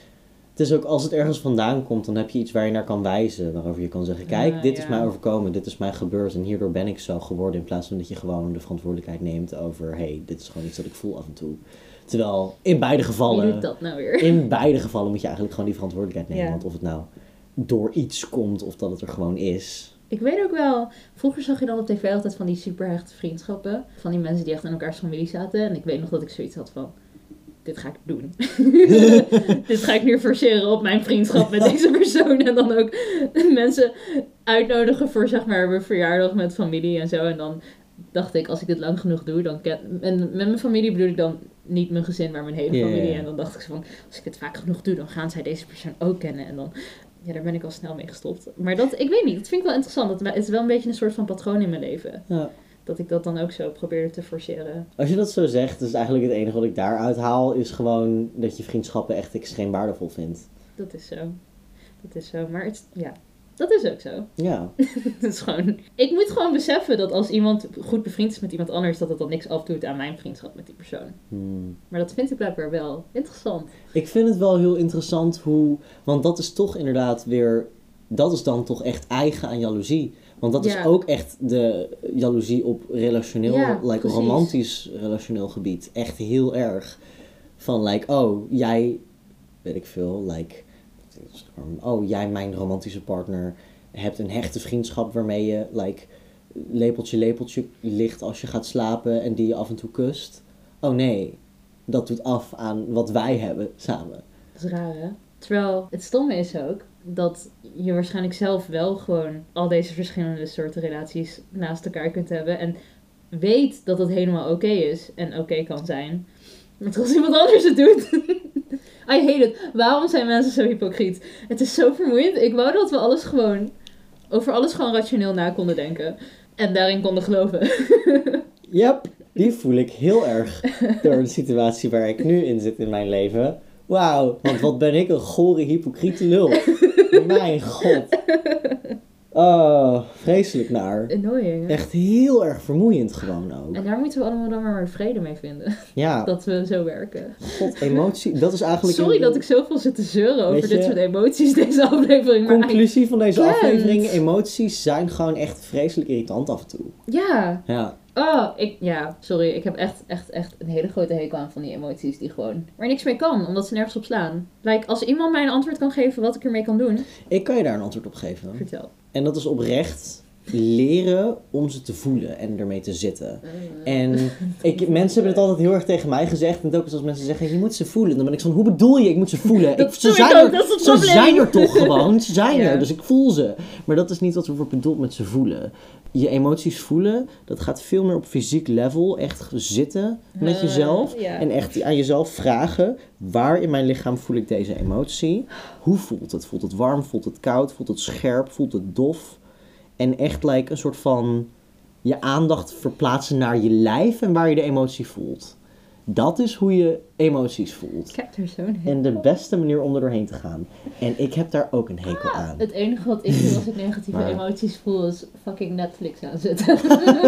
Het is ook, als het ergens vandaan komt, dan heb je iets waar je naar kan wijzen. Waarover je kan zeggen, kijk, dit is mij overkomen, dit is mij gebeurd en hierdoor ben ik zo geworden. In plaats van dat je gewoon de verantwoordelijkheid neemt over, hey, dit is gewoon iets dat ik voel af en toe. Terwijl, in beide Wie gevallen, doet dat nou weer? in beide gevallen moet je eigenlijk gewoon die verantwoordelijkheid nemen. Ja. Want of het nou door iets komt of dat het er gewoon is. Ik weet ook wel, vroeger zag je dan op tv altijd van die superhechte vriendschappen. Van die mensen die echt in elkaars familie zaten. En ik weet nog dat ik zoiets had van, dit ga ik doen. Dit ga ik nu forceren op mijn vriendschap met deze persoon. En dan ook mensen uitnodigen voor zeg maar mijn verjaardag met familie en zo. En dan dacht ik, als ik dit lang genoeg doe, dan en met mijn familie bedoel ik dan niet mijn gezin, maar mijn hele Ja, familie. ja. En dan dacht ik zo van, als ik het vaak genoeg doe, dan gaan zij deze persoon ook kennen. En dan, ja, daar ben ik al snel mee gestopt. Maar dat, ik weet niet, dat vind ik wel interessant. Het is wel een beetje een soort van patroon in mijn leven. Ja. Dat ik dat dan ook zo probeerde te forceren. Als je dat zo zegt, is eigenlijk het enige wat ik daaruit haal, is gewoon dat je vriendschappen echt extreem waardevol vindt. Dat is zo. Dat is zo. Maar ja, dat is ook zo. Ja. Het is gewoon... Ik moet gewoon beseffen dat als iemand goed bevriend is met iemand anders, dat het dan niks afdoet aan mijn vriendschap met die persoon. Maar dat vind ik blijkbaar wel interessant. Ik vind het wel heel interessant hoe... Want dat is toch inderdaad weer... Dat is dan toch echt eigen aan jaloezie. Want dat is Ja. ook echt de jaloezie op relationeel, Ja, like precies. romantisch relationeel gebied. Echt heel erg. Van like, oh, jij... Weet ik veel, like... Oh, jij, mijn romantische partner, hebt een hechte vriendschap waarmee je, like, lepeltje ligt als je gaat slapen en die je af en toe kust. Oh nee, dat doet af aan wat wij hebben samen. Dat is raar, hè? Terwijl het stomme is ook dat je waarschijnlijk zelf wel gewoon al deze verschillende soorten relaties naast elkaar kunt hebben. En weet dat het helemaal oké is en oké kan zijn. Maar als iemand anders het doet... I hate it. Waarom zijn mensen zo hypocriet? Het is zo vermoeiend. Ik wou dat we over alles gewoon rationeel na konden denken. En daarin konden geloven. Yep, die voel ik heel erg door de situatie waar ik nu in zit in mijn leven. Wauw, want wat ben ik een gore hypocriete lul. Mijn god. Oh, vreselijk naar. Annoying, hè? Echt heel erg vermoeiend gewoon ook. En daar moeten we allemaal dan maar vrede mee vinden. Ja. Dat we zo werken. God, emotie, dat is eigenlijk... Sorry dat ik zoveel zit te zeuren over Weet je, dit soort emoties deze aflevering. Maar conclusie van deze can't. aflevering, emoties zijn gewoon echt vreselijk irritant af en toe. ja. Ja. Oh, sorry. Ik heb echt een hele grote hekel aan van die emoties die gewoon... waar niks mee kan, omdat ze nergens op slaan. Like, als iemand mij een antwoord kan geven wat ik ermee kan doen, Ik kan je daar een antwoord op geven. vertel. En dat is oprecht leren om ze te voelen en ermee te zitten. En mensen hebben het altijd heel erg tegen mij gezegd. En ook als mensen zeggen, je moet ze voelen. Dan ben ik van, hoe bedoel je, ik moet ze voelen? Dat Ze doe zijn ik ook, er, dat is het ze probleem. zijn er toch gewoon. Ze zijn Ja. er, dus ik voel ze. Maar dat is niet wat er wordt bedoeld met ze voelen. Je emoties voelen, dat gaat veel meer op fysiek level. Echt zitten met jezelf. ja. En echt aan jezelf vragen, waar in mijn lichaam voel ik deze emotie? Hoe voelt het? Voelt het warm? Voelt het koud? Voelt het scherp? Voelt het dof? En echt een soort van je aandacht verplaatsen naar je lijf en waar je de emotie voelt. Dat is hoe je emoties voelt. Ik heb er zo'n hekel. En de beste manier om er doorheen te gaan. En ik heb daar ook een hekel aan. Het enige wat ik doe als ik negatieve Maar- emoties voel is fucking Netflix aanzetten.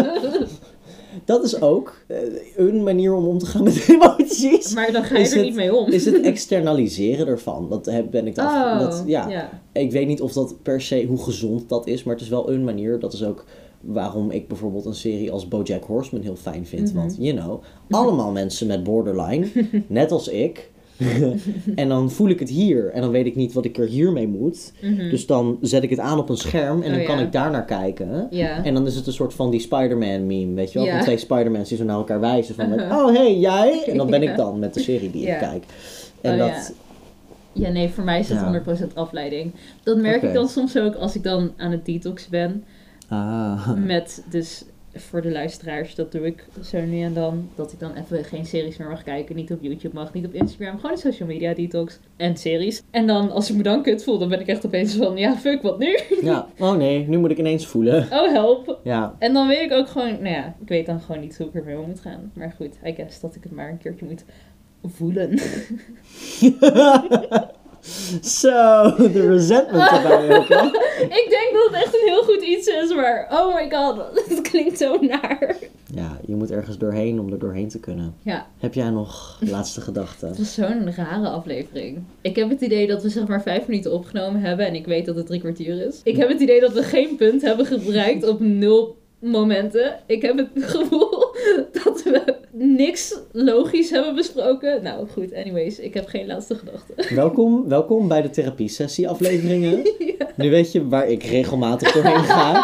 Dat is ook een manier om te gaan met emoties. Maar dan ga je Is er het- niet mee om. Is het externaliseren ervan. Ben ik Oh, ja. Ik weet niet of dat per se hoe gezond dat is, maar het is wel een manier. Dat is ook waarom ik bijvoorbeeld een serie als BoJack Horseman heel fijn vind. Want, allemaal mensen met borderline, net als ik. En dan voel ik het hier en dan weet ik niet wat ik er hiermee moet. Dus dan zet ik het aan op een scherm en dan kan ik daar naar kijken. Ja. En dan is het een soort van die Spider-Man meme, weet je wel? Ja. Van twee Spider-Mans die zo naar elkaar wijzen van, oh hey, jij? En dan ben Ja. ik dan met de serie die Ja. ik kijk. En Oh, dat... Ja, nee, voor mij is het Ja. 100% afleiding. Dat merk Oké. ik dan soms ook als ik dan aan het detox ben. Ah. Met dus voor de luisteraars, dat doe ik zo nu en dan. Dat ik dan even geen series meer mag kijken. Niet op YouTube mag, niet op Instagram. Gewoon een social media detox en series. En dan als ik me dan kut voel, dan ben ik echt opeens van, ja fuck, wat nu? Ja, oh nee, nu moet ik ineens voelen. Oh help. Ja, En dan weet ik ook gewoon, nou ja, ik weet dan gewoon niet hoe ik ermee om moet gaan. Maar goed, I guess dat ik het maar een keertje moet voelen. zo, de resentment erbij ook, hè? Ik denk dat het echt een heel goed iets is, maar oh my god, het klinkt zo naar. Ja, je moet ergens doorheen om er doorheen te kunnen. Ja, Heb jij nog laatste gedachten? het was zo'n rare aflevering. Ik heb het idee dat we zeg maar 5 minuten opgenomen hebben en ik weet dat het 3 kwartier is. Ik heb het idee dat we geen punt hebben gebruikt op 0 momenten. Ik heb het gevoel dat we niks logisch hebben besproken. Nou goed, anyways, ik heb geen laatste gedachten. Welkom bij de therapie-sessie afleveringen. Nu weet je waar ik regelmatig doorheen ga.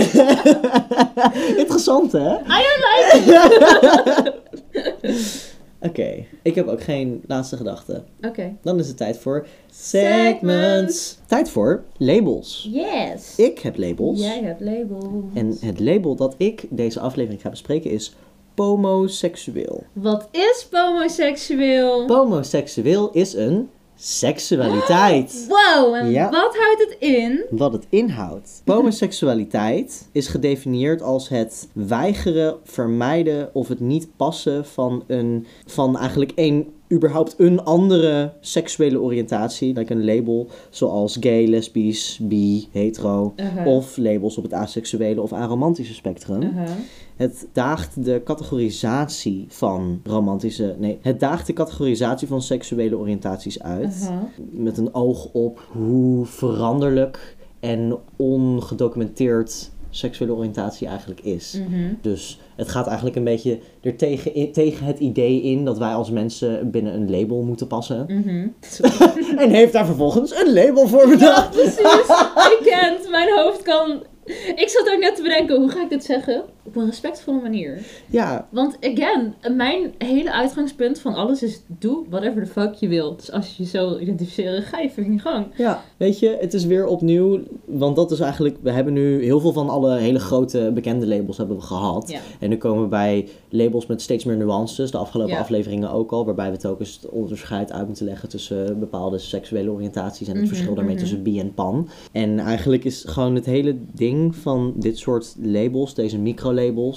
Interessant, hè? I don't like it! Oké, ik heb ook geen laatste gedachten. Oké. Dan is het tijd voor segments. Tijd voor labels. Yes! Ik heb labels. Jij hebt labels. En het label dat ik deze aflevering ga bespreken is pomoseksueel. Wat is pomoseksueel? Pomoseksueel is een seksualiteit. Wow, en Ja. wat houdt het in? Wat het inhoudt. Pomoseksualiteit is gedefinieerd als het weigeren, vermijden of het niet passen van eigenlijk überhaupt een andere seksuele oriëntatie. Like een label zoals gay, lesbisch, bi, hetero. Of labels op het aseksuele of aromantische spectrum. Het daagt de categorisatie van het daagt de categorisatie van seksuele oriëntaties uit. Met een oog op hoe veranderlijk en ongedocumenteerd seksuele oriëntatie eigenlijk is. Dus het gaat eigenlijk een beetje er tegen het idee in dat wij als mensen binnen een label moeten passen. En heeft daar vervolgens een label voor Ja, bedacht. precies. Ik kent. Mijn hoofd kan... Ik zat ook net te bedenken, hoe ga ik dit zeggen? Op een respectvolle manier. Ja, Want, again, mijn hele uitgangspunt van alles is... Doe whatever the fuck je wil. Dus als je je zo wil identificeren, ga je fucking gang. ja, weet je, het is weer opnieuw, want dat is eigenlijk, we hebben nu heel veel van alle hele grote bekende labels hebben we gehad. Ja. En nu komen we bij labels met steeds meer nuances, de afgelopen Ja. afleveringen ook al, waarbij we het ook eens het onderscheid uit moeten leggen tussen bepaalde seksuele oriëntaties en het verschil daarmee tussen bi en pan. En eigenlijk is gewoon het hele ding van dit soort labels, deze microlabels,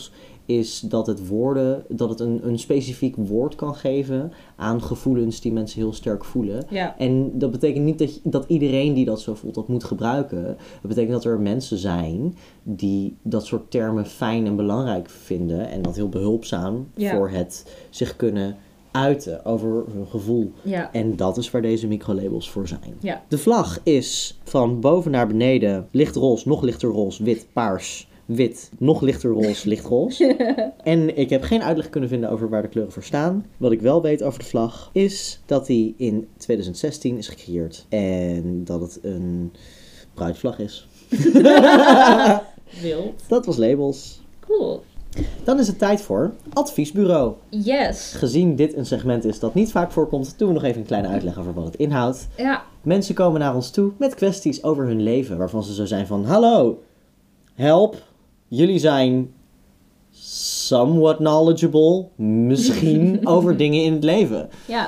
is dat het een specifiek woord kan geven aan gevoelens die mensen heel sterk voelen. Ja. En dat betekent niet dat iedereen die dat zo voelt, dat moet gebruiken. Dat betekent dat er mensen zijn die dat soort termen fijn en belangrijk vinden en dat heel behulpzaam voor het zich kunnen uiten over hun gevoel. Ja. En dat is waar deze microlabels voor zijn. Ja. De vlag is van boven naar beneden lichtroze, nog lichter roze, wit, paars, wit, nog lichter roze, lichtroze. En ik heb geen uitleg kunnen vinden over waar de kleuren voor staan. Wat ik wel weet over de vlag is dat die in 2016 is gecreëerd. En dat het een bruidsvlag is. Wild. Dat was labels. Cool. Dan is het tijd voor adviesbureau. Yes. Gezien dit een segment is dat niet vaak voorkomt, doen we nog even een kleine uitleg over wat het inhoudt. Ja. Mensen komen naar ons toe met kwesties over hun leven, waarvan ze zo zijn van, hallo, help, jullie zijn somewhat knowledgeable, misschien over dingen in het leven. Ja.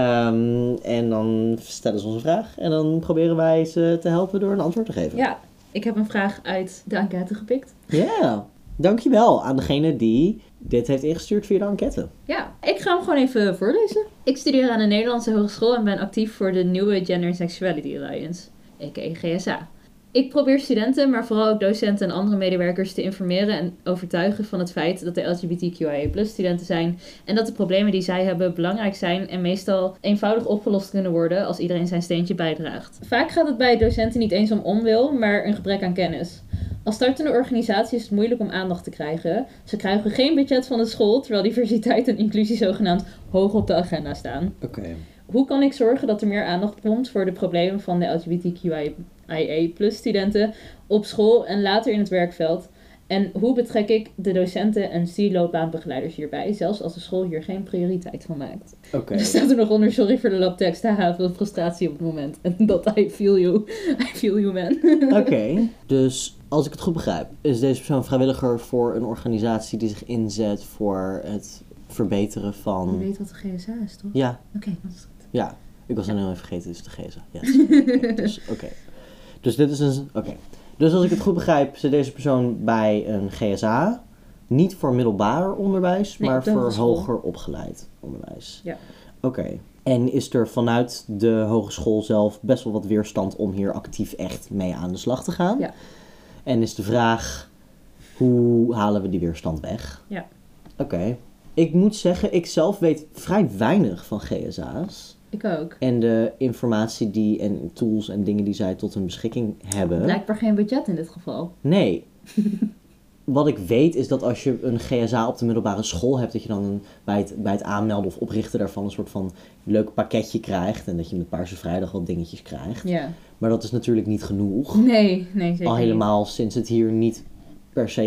En dan stellen ze ons een vraag en dan proberen wij ze te helpen door een antwoord te geven. Ja, ik heb een vraag uit de enquête gepikt. Ja, dankjewel aan degene die dit heeft ingestuurd via de enquête. Ja, ik ga hem gewoon even voorlezen. Ik studeer aan de Nederlandse Hogeschool en ben actief voor de nieuwe Gender and Sexuality Alliance, a.k.a. GSA. Ik probeer studenten, maar vooral ook docenten en andere medewerkers te informeren en overtuigen van het feit dat de LGBTQIA+ studenten zijn en dat de problemen die zij hebben belangrijk zijn en meestal eenvoudig opgelost kunnen worden als iedereen zijn steentje bijdraagt. Vaak gaat het bij docenten niet eens om onwil, maar een gebrek aan kennis. Als startende organisatie is het moeilijk om aandacht te krijgen. Ze krijgen geen budget van de school, terwijl diversiteit en inclusie zogenaamd hoog op de agenda staan. Oké. Hoe kan ik zorgen dat er meer aandacht komt voor de problemen van de LGBTQIA+ studenten op school en later in het werkveld? En hoe betrek ik de docenten en studieloopbaanbegeleiders hierbij, zelfs als de school hier geen prioriteit van maakt? Oké. Er staat er nog onder, sorry voor de labtekst, haha, veel frustratie op het moment. En dat I feel you man. Oké, dus als ik het goed begrijp, is deze persoon vrijwilliger voor een organisatie die zich inzet voor het verbeteren van... Je weet wat de GSA is, toch? Ja. Oké, dat is goed. Ja, ik was dan heel even vergeten, het is de GSA. Yes. Oké. Dus dit is een... Oké. Dus als ik het goed begrijp, zit deze persoon bij een GSA. Niet voor middelbaar onderwijs, Nee, maar op de voor hogeschool. hoger opgeleid onderwijs. Ja. Oké. En is er vanuit de hogeschool zelf best wel wat weerstand om hier actief echt mee aan de slag te gaan? Ja. En is de vraag, hoe halen we die weerstand weg? Ja. Oké. Ik moet zeggen, ik zelf weet vrij weinig van GSA's. Ik ook. En de informatie en tools en dingen die zij tot hun beschikking hebben. Blijkbaar geen budget in dit geval. Nee. Wat ik weet is dat als je een GSA op de middelbare school hebt, dat je dan bij het aanmelden of oprichten daarvan een soort van leuk pakketje krijgt. En dat je met Paarse Vrijdag wat dingetjes krijgt. Ja. Maar dat is natuurlijk niet genoeg. Nee, zeker Al helemaal sinds het hier niet per se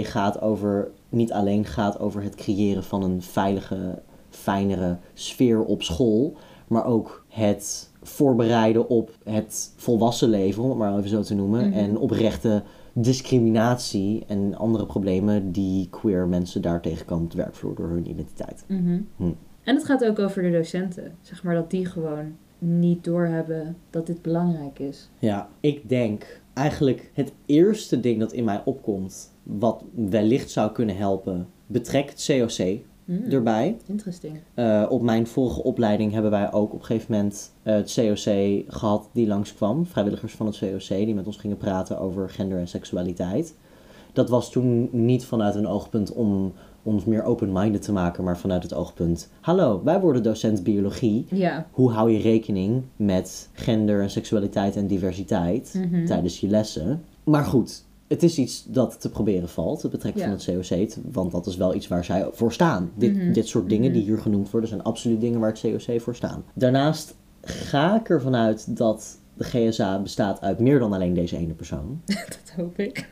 niet alleen gaat over het creëren van een veilige, fijnere sfeer op school. Maar ook het voorbereiden op het volwassen leven, om het maar even zo te noemen. Mm-hmm. En oprechte discriminatie en andere problemen die queer mensen daar tegenkomen op de werkvloer door hun identiteit. Mm-hmm. En het gaat ook over de docenten. Zeg maar dat die gewoon niet doorhebben dat dit belangrijk is. Ja, ik denk eigenlijk het eerste ding dat in mij opkomt, wat wellicht zou kunnen helpen, betrekt COC erbij. Interesting. Op mijn vorige opleiding hebben wij ook op een gegeven moment het COC gehad die langskwam. Vrijwilligers van het COC die met ons gingen praten over gender en seksualiteit. Dat was toen niet vanuit een oogpunt om ons meer open-minded te maken, maar vanuit het oogpunt, hallo, wij worden docent biologie. Ja. Hoe hou je rekening met gender en seksualiteit en diversiteit tijdens je lessen? Maar goed, het is iets dat te proberen valt, het betrekken van het COC, want dat is wel iets waar zij voor staan. Dit soort dingen die hier genoemd worden, zijn absoluut dingen waar het COC voor staan. Daarnaast ga ik ervan uit dat de GSA bestaat uit meer dan alleen deze ene persoon. Dat hoop ik.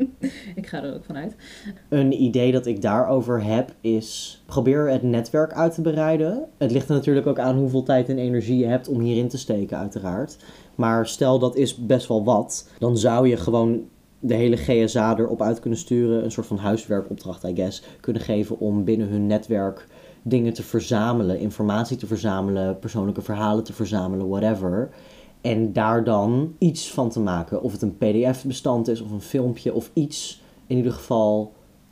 Ik ga er ook vanuit. Een idee dat ik daarover heb is, probeer het netwerk uit te breiden. Het ligt er natuurlijk ook aan hoeveel tijd en energie je hebt om hierin te steken, uiteraard. Maar stel dat is best wel wat, dan zou je gewoon de hele GSA erop uit kunnen sturen, een soort van huiswerkopdracht, I guess, kunnen geven om binnen hun netwerk dingen te verzamelen, informatie te verzamelen, persoonlijke verhalen te verzamelen, whatever. En daar dan iets van te maken. Of het een PDF-bestand is, of een filmpje, of iets in ieder geval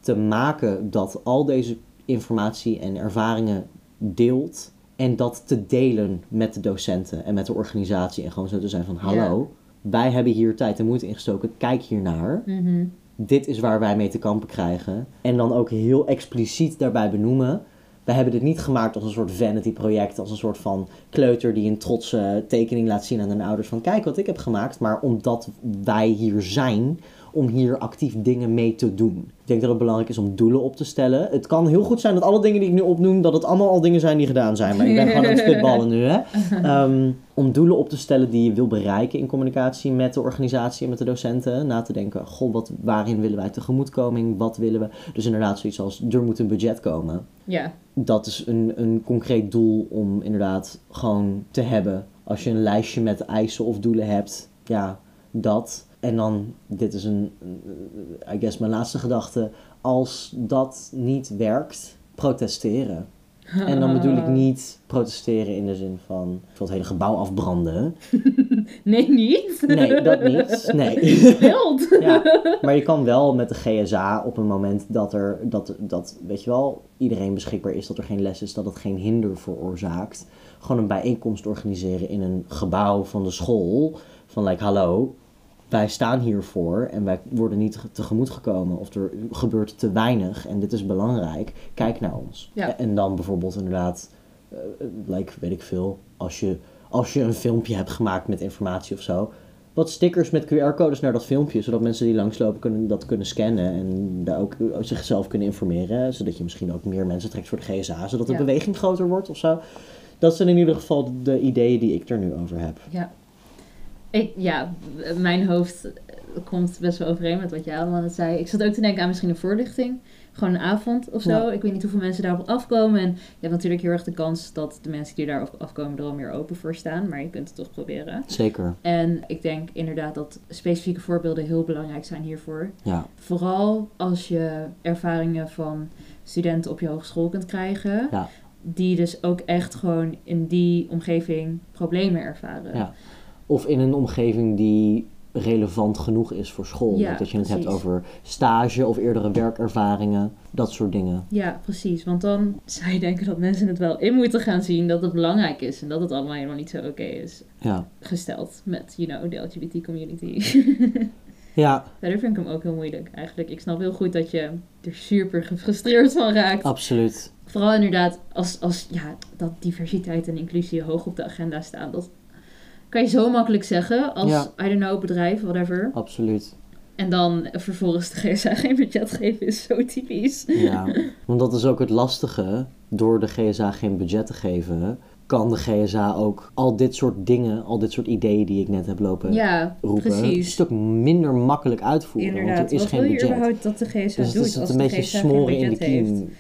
te maken dat al deze informatie en ervaringen deelt en dat te delen met de docenten en met de organisatie en gewoon zo te zijn van hallo, wij hebben hier tijd en moeite ingestoken, kijk hiernaar. Mm-hmm. Dit is waar wij mee te kampen krijgen. En dan ook heel expliciet daarbij benoemen. Wij hebben dit niet gemaakt als een soort vanity project, als een soort van kleuter die een trotse tekening laat zien aan hun ouders van kijk wat ik heb gemaakt, maar omdat wij hier zijn om hier actief dingen mee te doen. Ik denk dat het belangrijk is om doelen op te stellen. Het kan heel goed zijn dat alle dingen die ik nu opnoem, dat het allemaal al dingen zijn die gedaan zijn. Maar ik ben gewoon aan het spitballen nu, hè. Om doelen op te stellen die je wil bereiken in communicatie met de organisatie en met de docenten. Na te denken, goh, waarin willen wij tegemoetkoming? Wat willen we? Dus inderdaad zoiets als, er moet een budget komen. Ja. Dat is een concreet doel om inderdaad gewoon te hebben. Als je een lijstje met eisen of doelen hebt, ja, dat. En dan, dit is I guess mijn laatste gedachte. Als dat niet werkt, protesteren. En dan bedoel ik niet protesteren in de zin van het hele gebouw afbranden. Nee, niet? Nee, dat niet. Nee. Wild. Ja, maar je kan wel met de GSA op een moment dat weet je wel, iedereen beschikbaar is, dat er geen les is, dat het geen hinder veroorzaakt. Gewoon een bijeenkomst organiseren in een gebouw van de school. Van hallo, wij staan hiervoor en wij worden niet tegemoet gekomen. Of er gebeurt te weinig en dit is belangrijk. Kijk naar ons. Ja. En dan bijvoorbeeld inderdaad, weet ik veel, als je een filmpje hebt gemaakt met informatie of zo, wat stickers met QR-codes naar dat filmpje, zodat mensen die langslopen dat kunnen scannen en daar ook zichzelf kunnen informeren, zodat je misschien ook meer mensen trekt voor de GSA, zodat de beweging groter wordt of zo. Dat zijn in ieder geval de ideeën die ik er nu over heb. Ja. Mijn hoofd komt best wel overeen met wat jij allemaal net zei. Ik zat ook te denken aan misschien een voorlichting. Gewoon een avond of zo. Ja. Ik weet niet hoeveel mensen daarop afkomen. En je hebt natuurlijk heel erg de kans dat de mensen die daarop afkomen er al meer open voor staan. Maar je kunt het toch proberen. Zeker. En ik denk inderdaad dat specifieke voorbeelden heel belangrijk zijn hiervoor. Ja. Vooral als je ervaringen van studenten op je hogeschool kunt krijgen. Ja. Die dus ook echt gewoon in die omgeving problemen ervaren. Ja. Of in een omgeving die relevant genoeg is voor school. Ja, dat je het precies. hebt over stage of eerdere werkervaringen. Dat soort dingen. Ja, precies. Want dan zou je denken dat mensen het wel in moeten gaan zien dat het belangrijk is. En dat het allemaal helemaal niet zo oké is. Ja. Gesteld met, de LGBT community. Ja. Verder vind ik hem ook heel moeilijk eigenlijk. Ik snap heel goed dat je er super gefrustreerd van raakt. Absoluut. Vooral inderdaad als dat diversiteit en inclusie hoog op de agenda staan. Dat kan je zo makkelijk zeggen als, I don't know, bedrijf, whatever. Absoluut. En dan vervolgens de GSA geen budget geven is zo typisch. Ja, want dat is ook het lastige. Door de GSA geen budget te geven, kan de GSA ook al dit soort dingen, al dit soort ideeën die ik net heb lopen roepen, precies. een stuk minder makkelijk uitvoeren. Inderdaad, want er is wat geen wil je budget. überhaupt dat de GSA Dus doet het is als een de beetje GSA smoren geen in de budget heeft? kiem.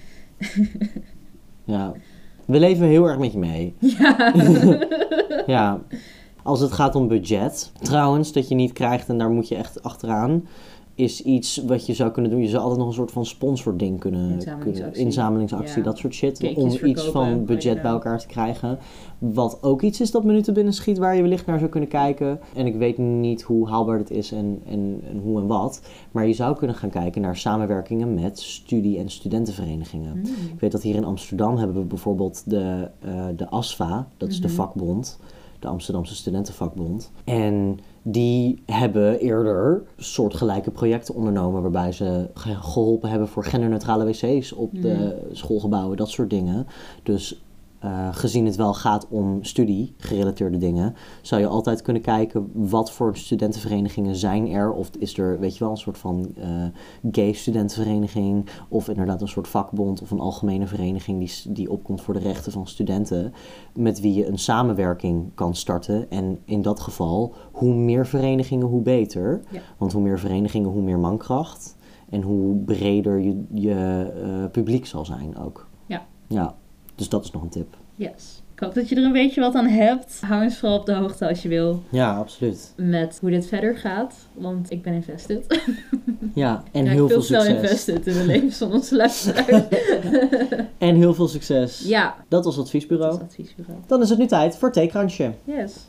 Ja, we leven heel erg met je mee. Ja. Ja, als het gaat om budget, trouwens, dat je niet krijgt en daar moet je echt achteraan, is iets wat je zou kunnen doen. Je zou altijd nog een soort van sponsording kunnen inzamelingsactie, dat soort shit. Cakejes om verkopen, iets van budget bij elkaar te krijgen. Wat ook iets is dat me nu te binnen schiet, waar je wellicht naar zou kunnen kijken. En ik weet niet hoe haalbaar het is en hoe en wat. Maar je zou kunnen gaan kijken naar samenwerkingen met studie- en studentenverenigingen. Ik weet dat hier in Amsterdam hebben we bijvoorbeeld de ASVA, dat is de vakbond. De Amsterdamse Studentenvakbond. En die hebben eerder soortgelijke projecten ondernomen waarbij ze geholpen hebben voor genderneutrale wc's op de schoolgebouwen, dat soort dingen. Dus gezien het wel gaat om studie-gerelateerde dingen, zou je altijd kunnen kijken wat voor studentenverenigingen zijn er. Of is er, weet je wel, een soort van gay studentenvereniging of inderdaad een soort vakbond of een algemene vereniging die opkomt voor de rechten van studenten, met wie je een samenwerking kan starten. En in dat geval, hoe meer verenigingen, hoe beter. Ja. Want hoe meer verenigingen, hoe meer mankracht. En hoe breder je publiek zal zijn ook. Ja. Dus dat is nog een tip. Yes. Ik hoop dat je er een beetje wat aan hebt. Hou ons vooral op de hoogte als je wil. Ja, absoluut. Met hoe dit verder gaat. Want ik ben invested. Ja, en heel veel succes. Ik ben snel invested in de levens van onze luisteraars. En heel veel succes. Ja. Dat was Adviesbureau. Adviesbureau. Dan is het nu tijd voor theekransje. Yes.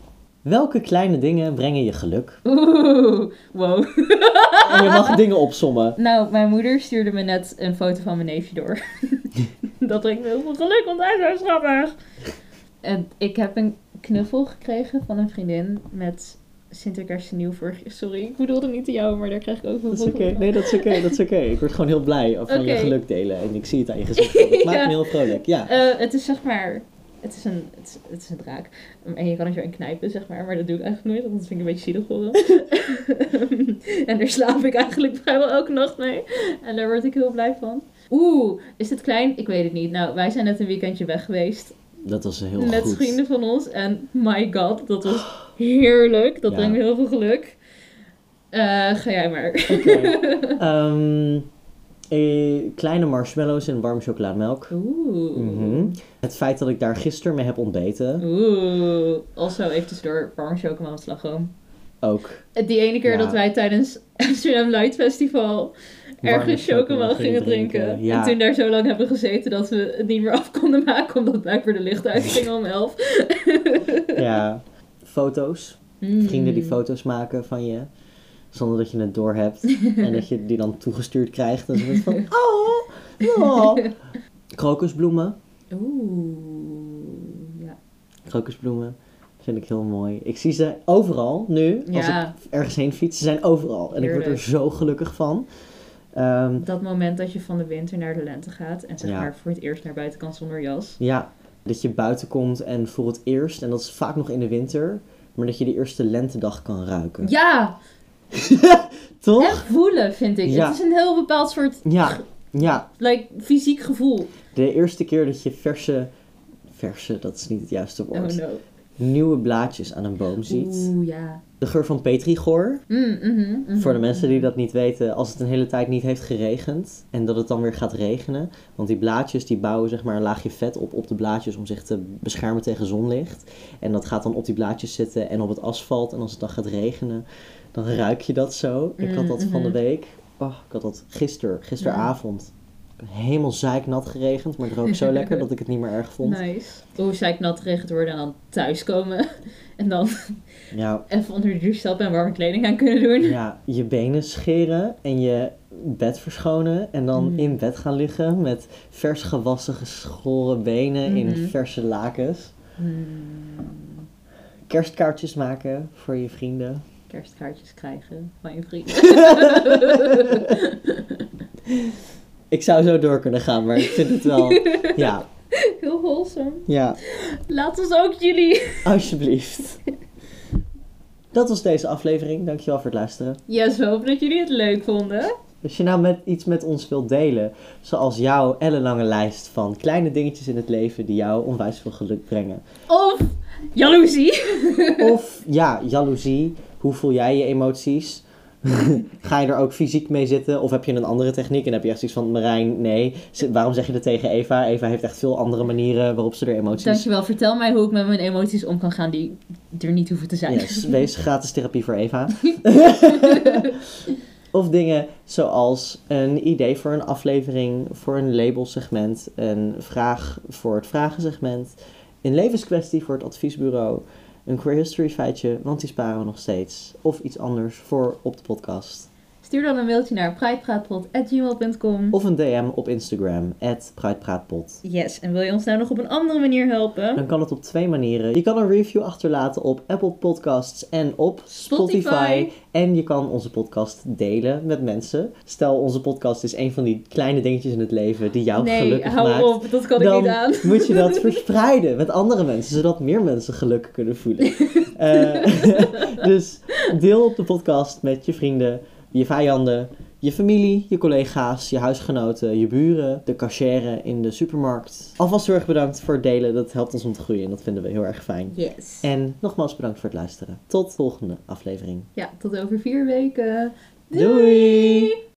Welke kleine dingen brengen je geluk? Oeh, wow. En je mag dingen opsommen. Nou, mijn moeder stuurde me net een foto van mijn neefje door. Dat brengt me heel veel geluk, want hij is zo schattig. En ik heb een knuffel gekregen van een vriendin met Sinterklaas nieuw vorig jaar. Sorry, ik bedoelde niet te jou, maar daar krijg ik ook wel Dat is van. oké. Nee, dat is oké. Ik word gewoon heel blij van je Oké. geluk delen. En ik zie het aan je gezicht. Dat maakt Ja. me heel vrolijk. Ja. Het is zeg maar... Het is een draak. En je kan er zo in knijpen, zeg maar. Maar dat doe ik eigenlijk nooit, want dat vind ik een beetje zielig voor hem. En daar slaap ik eigenlijk vrijwel elke nacht mee. En daar word ik heel blij van. Oeh, is het klein? Ik weet het niet. Nou, wij zijn net een weekendje weg geweest. Dat was heel Met goed. vrienden van ons. En my god, dat was heerlijk. Dat Ja. brengt me heel veel geluk. Ga jij maar. Oké. Kleine marshmallows en warme chocolademelk. Oeh. Mhm. Het feit dat ik daar gisteren mee heb ontbeten. Oeh. Also, even tussendoor, warme chocomel met slagroom. Ook. Die ene keer Ja. dat wij tijdens Amsterdam Light Festival ergens chocomel gingen drinken. Ja. En toen daar zo lang hebben gezeten dat we het niet meer af konden maken. Omdat blijkbaar de lichten uitgingen om 11. Ja. Foto's. Vrienden die foto's maken van je. Zonder dat je het doorhebt. En dat je die dan toegestuurd krijgt. En zo wordt van, oh. Krokusbloemen. Oeh. Ja. Krokusbloemen vind ik heel mooi. Ik zie ze overal nu. Als Ja. ik ergens heen fiets. Ze zijn overal. En ik word er Heerlijk. zo gelukkig van. Dat moment dat je van de winter naar de lente gaat. En zeg Ja. maar voor het eerst naar buiten kan zonder jas. Ja, dat je buiten komt en voor het eerst, en dat is vaak nog in de winter, maar dat je de eerste lentedag kan ruiken. Ja, Toch? echt voelen vind ik. Ja. Het is een heel bepaald soort Ja. fysiek gevoel. De eerste keer dat je verse, dat is niet het juiste Oh woord, no. nieuwe blaadjes aan een boom ziet. Oeh, ja. De geur van petrichor. Voor de mensen die dat niet weten, als het een hele tijd niet heeft geregend en dat het dan weer gaat regenen. Want die blaadjes die bouwen zeg maar een laagje vet op de blaadjes om zich te beschermen tegen zonlicht. En dat gaat dan op die blaadjes zitten en op het asfalt. En als het dan gaat regenen, dan ruik je dat zo. Ik had dat van de week. Oh, ik had dat gisteravond. Helemaal zeiknat geregend, maar het rook zo lekker dat ik het niet meer erg vond. Nice. Oeh, zei ik nat geregend worden en dan thuiskomen. En dan Ja, even onder de douche stappen en warme kleding aan kunnen doen. ja, je benen scheren en je bed verschonen. En dan in bed gaan liggen met vers gewassen, geschoren benen in verse lakens. Kerstkaartjes maken voor je vrienden. Kerstkaartjes krijgen van je vrienden. Ik zou zo door kunnen gaan, maar ik vind het wel... Ja, Heel wholesome. ja, Laat ons ook jullie... alsjeblieft. Dat was deze aflevering. Dankjewel voor het luisteren. Yes, we hopen dat jullie het leuk vonden. Als je nou iets met ons wilt delen, zoals jouw ellenlange lijst van kleine dingetjes in het leven die jou onwijs veel geluk brengen. Of jaloezie. Of ja, jaloezie. Hoe voel jij je emoties? Ga je er ook fysiek mee zitten? Of heb je een andere techniek? En heb je echt zoiets van, Marijn, nee. Waarom zeg je dat tegen Eva? Eva heeft echt veel andere manieren waarop ze er emoties... Dankjewel, vertel mij hoe ik met mijn emoties om kan gaan die er niet hoeven te zijn. Yes, wees gratis therapie voor Eva. Of dingen zoals een idee voor een aflevering, voor een labelsegment, een vraag voor het vragensegment, een levenskwestie voor het adviesbureau, een queer history feitje, want die sparen we nog steeds, of iets anders voor op de podcast. Stuur dan een mailtje naar pridepraatpot@gmail.com. Of een DM op Instagram, @pridepraatpot. Yes, en wil je ons nou nog op een andere manier helpen? Dan kan het op 2 manieren. Je kan een review achterlaten op Apple Podcasts en op Spotify. En je kan onze podcast delen met mensen. Stel, onze podcast is een van die kleine dingetjes in het leven die jou Nee, gelukkig hou maakt. op, dat kan ik Dan niet aan. moet je dat verspreiden met andere mensen, zodat meer mensen geluk kunnen voelen. Dus deel op de podcast met je vrienden, je vijanden, je familie, je collega's, je huisgenoten, je buren, de cashier in de supermarkt. Alvast heel erg bedankt voor het delen, dat helpt ons om te groeien en dat vinden we heel erg fijn. Yes. En nogmaals bedankt voor het luisteren. Tot de volgende aflevering. Ja, tot over 4 weken. Doei!